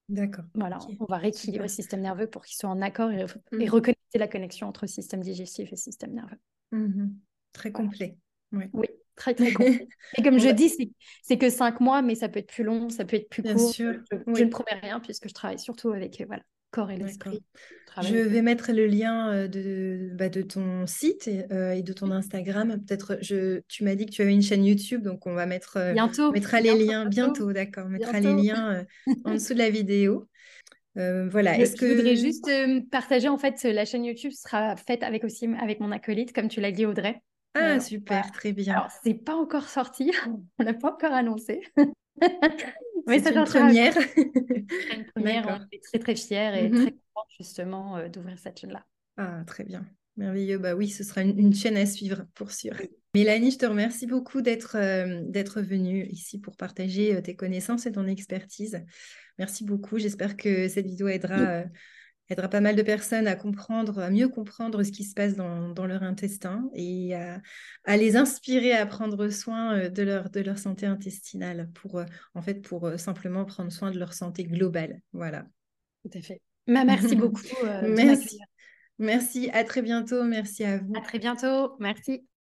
D'accord. Voilà, Ok. on va rééquilibrer le Super. système nerveux pour qu'il soit en accord et, et Mm. reconnecter la connexion entre système digestif et système nerveux. Mhm. Très Voilà. complet. Ouais. Oui, très très complet. Et comme Bon, je bah, dis, c'est c'est que cinq mois, mais ça peut être plus long, ça peut être plus bien court. sûr. Je, je ne Oui. promets rien puisque je travaille surtout avec euh, voilà, le corps et D'accord. l'esprit. Je travaille Je avec le... vais mettre le lien euh, de, bah, de ton site et, euh, et de ton Instagram. Peut-être, je, tu m'as dit que tu avais une chaîne YouTube, donc on va mettre, euh, on Bientôt, mettra les bientôt, liens bientôt, bientôt, d'accord. On mettra les bientôt. liens euh, en dessous de la vidéo. Euh, voilà. Je, Est-ce je voudrais que... juste euh, partager, en fait, la chaîne YouTube sera faite avec aussi avec mon acolyte, comme tu l'as dit, Audrey. Ah, Euh, super, très bien. alors, c'est pas encore sorti, on l'a pas encore annoncé, mais C'est ça une sortira première. une première. On D'accord. est très très fiers et très Mhm. contents justement euh, d'ouvrir cette chaîne-là. Ah, très bien. Merveilleux. Bah oui, ce sera une, une chaîne à suivre pour sûr. Oui. Mélanie, je te remercie beaucoup d'être euh, d'être venue ici pour partager euh, tes connaissances et ton expertise. Merci beaucoup. J'espère que cette vidéo aidera, euh, aidera pas mal de personnes à comprendre, à mieux comprendre ce qui se passe dans, dans leur intestin et à, à les inspirer à prendre soin euh, de leur, de leur santé intestinale pour, euh, en fait, pour euh, simplement prendre soin de leur santé globale. Voilà. Tout à fait. Ma merci beaucoup euh, de Merci. m'accueillir. Merci. À très bientôt. Merci à À vous. très bientôt. Merci.